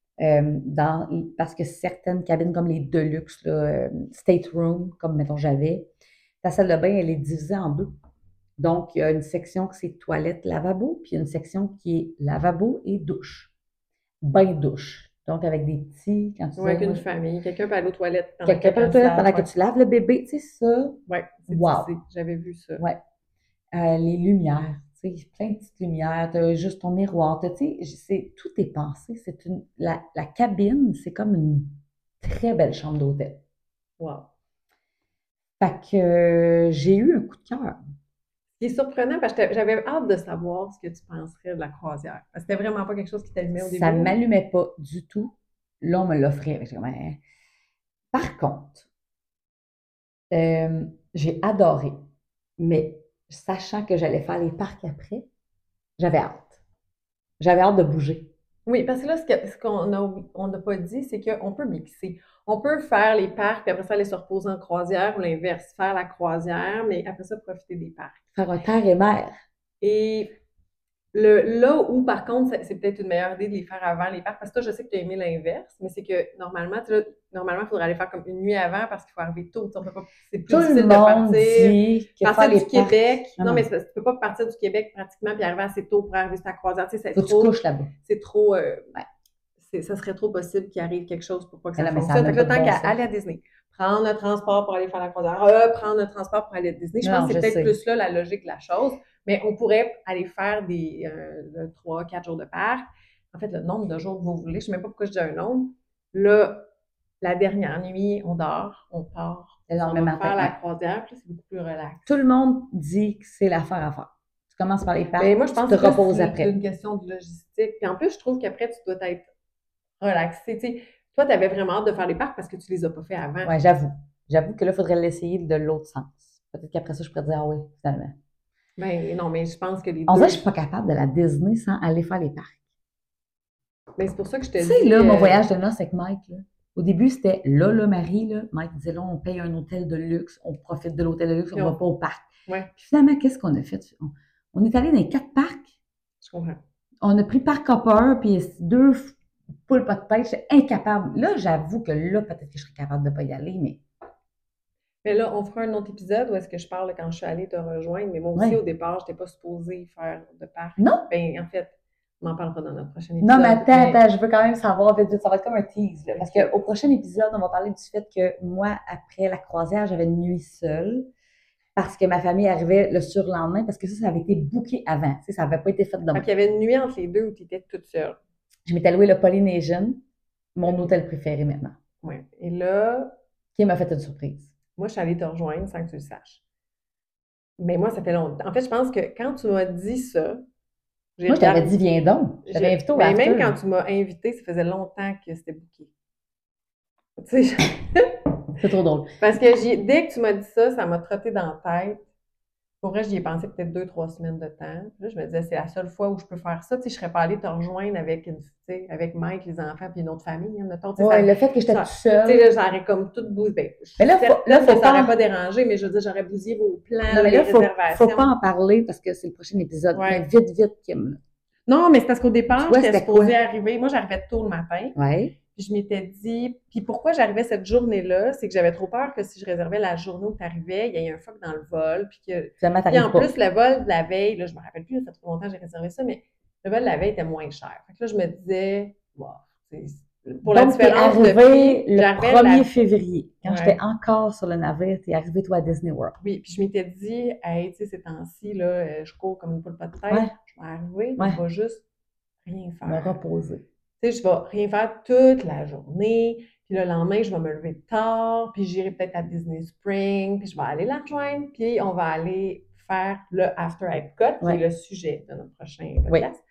parce que certaines cabines comme les Deluxe, là, State Room, comme mettons j'avais, ta salle de bain, elle est divisée en deux. Donc, il y a une section qui c'est toilette, lavabo, puis il y a une section qui est lavabo et douche. Bain-douche. Donc, avec des petits, quand tu Ouais, avec dis, une famille. Quelqu'un peut aller aux toilettes pendant quelqu'un peut aux toilettes pendant que tu laves le bébé, tu sais, ça. Ouais, c'est Wow. tissé. J'avais vu ça. Ouais. Les lumières, tu sais, plein de petites lumières, t'as juste ton miroir, tu sais, tout est pensé. La cabine, c'est comme une très belle chambre d'hôtel. Wow. Fait que j'ai eu un coup de cœur. Ce qui est surprenant, parce que j'avais hâte de savoir ce que tu penserais de la croisière. Parce que c'était vraiment pas quelque chose qui t'allumait au début. Ça m'allumait pas du tout. Là, on me l'offrait. J'étais comme, hein. Par contre, j'ai adoré, mais sachant que j'allais faire les parcs après, j'avais hâte. J'avais hâte de bouger. Oui, parce que là, ce qu'on n'a pas dit, c'est qu'on peut mixer. On peut faire les parcs, puis après ça, aller se reposer en croisière, ou l'inverse, faire la croisière, mais après ça, profiter des parcs. Faire un terre et mer. Et là où, par contre, c'est peut-être une meilleure idée de les faire avant les parcs, parce que toi, je sais que tu as aimé l'inverse, mais c'est que normalement, il faudrait aller faire comme une nuit avant parce qu'il faut arriver tôt. Tu sais, c'est plus Tout le difficile de monde partir. dit que faire Partir les du parcs... Québec. Non, Non, non. mais tu peux pas partir du Québec pratiquement puis arriver assez tôt pour arriver sur ta croisière. Tu sais, c'est Faut que tu trop. couches là-bas. C'est trop. Ouais. Ça serait trop possible qu'il arrive quelque chose pour pas que Mais ça non, mais ça fonctionne. a Fait même que pas là, de tant bon qu'à sens. aller à Disney, prendre le transport pour aller faire la croisière, prendre le transport pour aller à Disney, je Non, pense que c'est je peut-être sais. plus là la logique de la chose. Mais on pourrait aller faire des 3-4 jours de parc. En fait, le nombre de jours que vous voulez, je ne sais même pas pourquoi je dis un nombre. Là, la dernière nuit, on dort, on part, Le on lendemain va matin, faire la ouais. croisière, puis là, c'est beaucoup plus relax. Tout le monde dit que c'est l'affaire à faire. Tu commences par les parcs, Mais moi, je pense tu que te reposes c'est après. une question de logistique. Puis en plus, je trouve qu'après, tu dois être relaxé. Tu sais, toi, tu avais vraiment hâte de faire les parcs parce que tu les as pas fait avant. Ouais, j'avoue. J'avoue que là, il faudrait l'essayer de l'autre sens. Peut-être qu'après ça, je pourrais dire, ah oui, finalement. Ben non, mais je pense que les On deux. dirait que je suis pas capable de la Disney sans aller faire les parcs. Mais c'est pour ça que je te Tu dis. sais, là, mon voyage de noces avec Mike, là, au début, c'était là, Marie, là. Mike disait, là, on paye un hôtel de luxe, on profite de l'hôtel de luxe, on Puis va pas au parc. Ouais, Puis finalement, qu'est-ce qu'on a fait? On est allé dans les 4 parcs. je comprends. On a pris Parc Hopper, puis 2 poules pas de pêche. J'étais incapable. Là, j'avoue que là, peut-être que je serais capable de pas y aller, mais Mais là, on fera un autre épisode où est-ce que je parle quand je suis allée te rejoindre. Mais moi aussi, Ouais. au départ, je n'étais pas supposée faire de parc. non. Ben, en fait, on en parlera dans notre prochain épisode. Non, mais attends, je veux quand même savoir vite, vite, ça va être comme un tease, là, parce Ok. qu'au prochain épisode, on va parler du fait que moi, après la croisière, j'avais une nuit seule, parce que ma famille arrivait le surlendemain, parce que ça avait été booké avant, tu sais, ça n'avait pas été fait de Fait moi. qu'il y avait une nuit entre les deux où tu étais toute seule. Je m'étais loué le Polynesian, mon hôtel préféré maintenant, Ouais. Et là, qui m'a fait une surprise. moi, je suis allée te rejoindre sans que tu le saches. Mais moi, ça fait longtemps. En fait, je pense que quand tu m'as dit ça, j'ai Moi, je t'avais regardé- dit, viens donc. Je t'avais invité au Ben, after. même quand tu m'as invité, ça faisait longtemps que c'était booké. Tu sais, C'est trop drôle. parce que dès que tu m'as dit ça, ça m'a trotté dans la tête. Pour vrai, j'y ai pensé peut-être 2-3 semaines de temps. Puis là, je me disais, c'est la seule fois où je peux faire ça. Tu sais, je serais pas allée te rejoindre avec, avec Mike, les enfants, puis une autre famille. Hein, mettons, tu sais, Ouais, ça- le fait que j'étais ça- toute seule. Tu sais, là, j'aurais comme tout bousillé. Ben, je suis Mais là, certaine là, que faut ça n'aurait pas- pas dérangé, mais je veux dire, j'aurais bousillé vos plans, Non, mais les là, faut réservations. pas en parler parce que c'est le prochain épisode. Ouais. Mais vite, vite, Kim. Non, mais c'est parce qu'au départ, Toi, j'étais c'était supposée quoi? arriver. Moi, j'arrivais tôt le matin. Ouais. Puis je m'étais dit, puis pourquoi j'arrivais cette journée-là, c'est que j'avais trop peur que si je réservais la journée où tu arrivais, il y ait un fuck dans le vol, Finalement, puis t'arrives en pas. plus, le vol de la veille, là, je me rappelle plus, ça fait trop longtemps que j'ai réservé ça, mais le vol de la veille était moins cher. Fait que là, je me disais, wow, pour la Donc, t'es différence de arrivé prix, le j'arrivais 1er février. Quand Ouais. j'étais encore sur le navire, t'es arrivé, toi, à Disney World. Oui, puis je m'étais dit, hey, tu sais, ces temps-ci, là, je cours comme une poule pas de tête, Ouais. je vais arriver, Ouais. je vais juste rien Me faire. reposer. Tu sais, je vais rien faire toute la journée, puis le lendemain, je vais me lever tard, puis j'irai peut-être à Disney Spring, puis je vais aller la rejoindre, puis on va aller faire le After Epcot, qui Ouais. est le sujet de notre prochain podcast.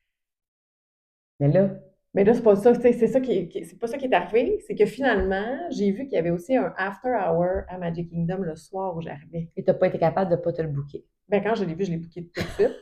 Mais là, Mais là, c'est pas ça, tu sais, c'est ça c'est pas ça qui est arrivé, c'est que finalement, j'ai vu qu'il y avait aussi un After Hour à Magic Kingdom le soir où j'arrivais. et t'as pas été capable de pas te le booker. Ben, quand je l'ai vu, je l'ai booké tout de suite.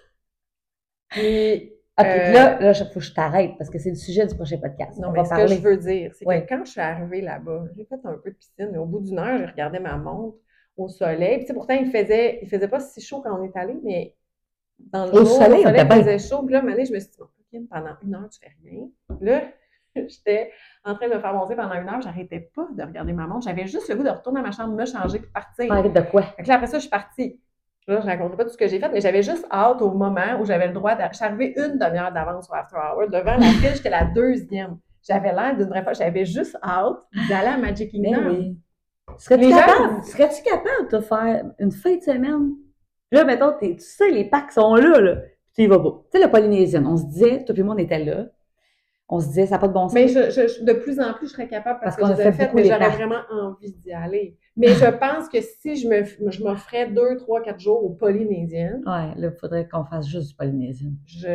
Puis, OK, puis là, faut que je t'arrête parce que c'est le sujet du prochain podcast. non, On mais va ce parler. que je veux dire, c'est Ouais. que quand je suis arrivée là-bas, j'ai fait un peu de piscine, mais au bout d'une heure, j'ai regardé ma montre au soleil. Puis, tu sais, pourtant, il faisait pas si chaud quand on est allé, mais dans le Au jour, soleil, on était il bien. faisait chaud. Puis là, à un moment donné, je me suis dit, bon, Kim, pendant une heure, tu fais rien. Puis là, j'étais en train de me faire bronzer pendant une heure, j'arrêtais pas de regarder ma montre. J'avais juste le goût de retourner à ma chambre, me changer, puis partir. Parler de quoi? Fait que là, après ça, je suis partie. Là, je ne raconterai pas tout ce que j'ai fait, mais j'avais juste hâte au moment où j'avais le droit je suis arrivée une demi-heure d'avance au After Hour. Devant la file, j'étais la deuxième. J'avais l'air d'une vraie fois. J'avais juste hâte d'aller à Magic Mais Kingdom. oui. Serais-tu Les capable, serais-tu capable de faire une fin de semaine? Là, mettons, tu sais, les packs sont là, là. Puis tu y vas pas. Tu sais, le Polynésien, on se disait, toi et moi, on était là. On se disait, ça n'a pas de bon sens. Mais de plus en plus, je serais capable parce que qu'on je a les ai fait faites, beaucoup mais les j'aurais parcs. vraiment envie d'y aller. Mais je pense que si je m'offrais 2, 3, 4 jours aux Polynésiennes, Ouais, là, il faudrait qu'on fasse juste du polynésien.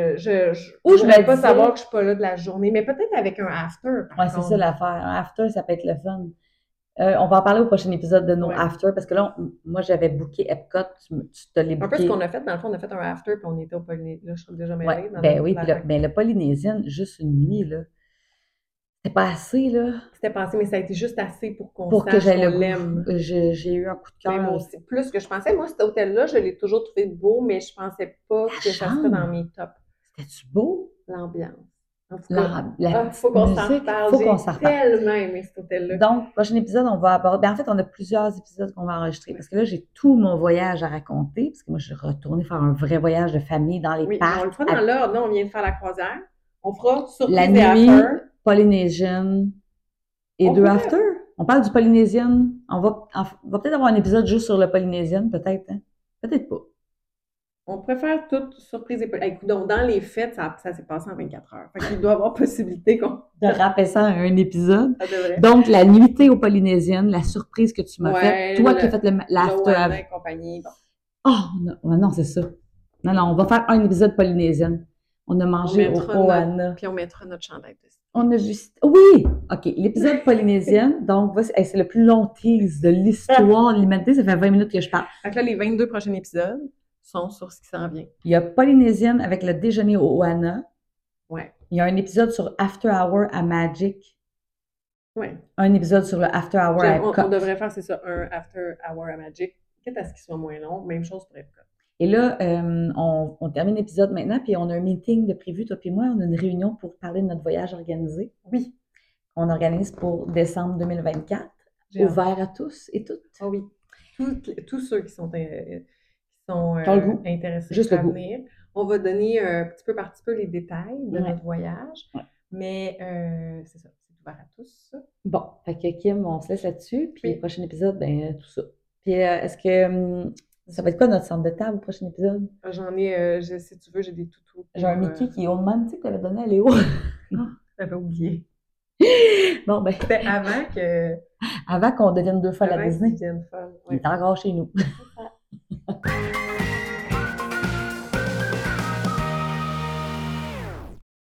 je Ou je voudrais me pas disais- savoir que je suis pas là de la journée, mais peut-être avec un after, par Ouais, c'est contre. ça l'affaire. Un after, ça peut être le fun. On va en parler au prochain épisode de nos Ouais. after, parce que là, moi, j'avais booké Epcot, tu te l'es Un peu ce booké. qu'on a fait, dans le fond, on a fait un after, puis on était au Polynésien. Là, je suis déjà mêlée. Ouais, dans ben notre oui, affaire. puis le polynésien, juste une nuit, là. C'est pas assez, là, C'était passé, mais ça a été juste assez pour qu'on pour que sache j'aie qu'on le goût. l'aime. J'ai eu un coup de Mais moi cœur. aussi, plus que je pensais. Moi, cet hôtel-là, je l'ai toujours trouvé beau, mais je pensais pas que ça serait dans mes tops. C'était-tu beau? L'ambiance. En tout cas, La faut qu'on s'en musique, reparle. faut qu'on J'ai s'en reparle. tellement aimé cet hôtel-là. Donc, prochain épisode, on va aborder. Ben, en fait, on a plusieurs épisodes qu'on va enregistrer parce que là, j'ai tout mon voyage à raconter. Parce que moi, je suis retournée faire un vrai voyage de famille dans les Oui, mais parcs. on le fera dans l'ordre. Là, on vient de faire la croisière. On fera surprise La et nuit, after. Polynesian et On 2 pourrait- after. On parle du Polynesian. On va peut-être avoir un épisode juste sur le Polynesian, peut-être. Hein? Peut-être pas. On préfère toute surprise et... Écoute, donc, dans les fêtes, ça s'est passé en 24 heures. Fait qu'il doit y avoir possibilité qu'on... De rappeler ça à un épisode. Ça devrait. Donc, la nuitée au Polynesian, la surprise que tu m'as faite. Toi qui as fait l'after. Loana et compagnie. Bon. Oh, non, c'est ça. Non, on va faire un épisode polynésien. On a mangé au Oana. Puis on mettra notre chandail dessus. On a vu... Oui! OK, l'épisode polynésien. Donc, c'est le plus long tease de l'histoire de l'humanité. Ça fait 20 minutes que je parle. Fait que là, les 22 prochains épisodes sont sur ce qui s'en vient. Il y a Polynésienne avec le déjeuner au Oana. Ouais. Il y a un épisode sur After Hour à Magic. Ouais. Un épisode sur le After Hour à Epcot. On devrait faire, c'est ça, un After Hour à Magic. Quitte à ce qu'il soit moins long. Même chose pour Epcot. Et là, on termine l'épisode maintenant, puis on a un meeting de prévu, toi et moi. On a une réunion pour parler de notre voyage organisé. Oui. On organise pour décembre 2024. Ouvert à tous et toutes. Ah oui. Tous ceux qui sont intéressés Juste à le goût. venir. On va donner petit peu par petit peu les détails de notre voyage. Ouais. Mais c'est ça, c'est ouvert à tous. Bon, fait que Kim, on se laisse là-dessus. Puis le prochain épisode, ben tout ça. Puis est-ce que ça va être quoi notre centre de table au prochain épisode? J'en ai, si tu veux, j'ai des toutous. J'ai un Mickey qui est haut de même, tu sais, que tu avais donné à Léo. J'avais oublié. Bon, ben. C'était avant qu'on devienne 2 fois à la avant Disney. qu'ils viennent faire. Il est encore chez nous.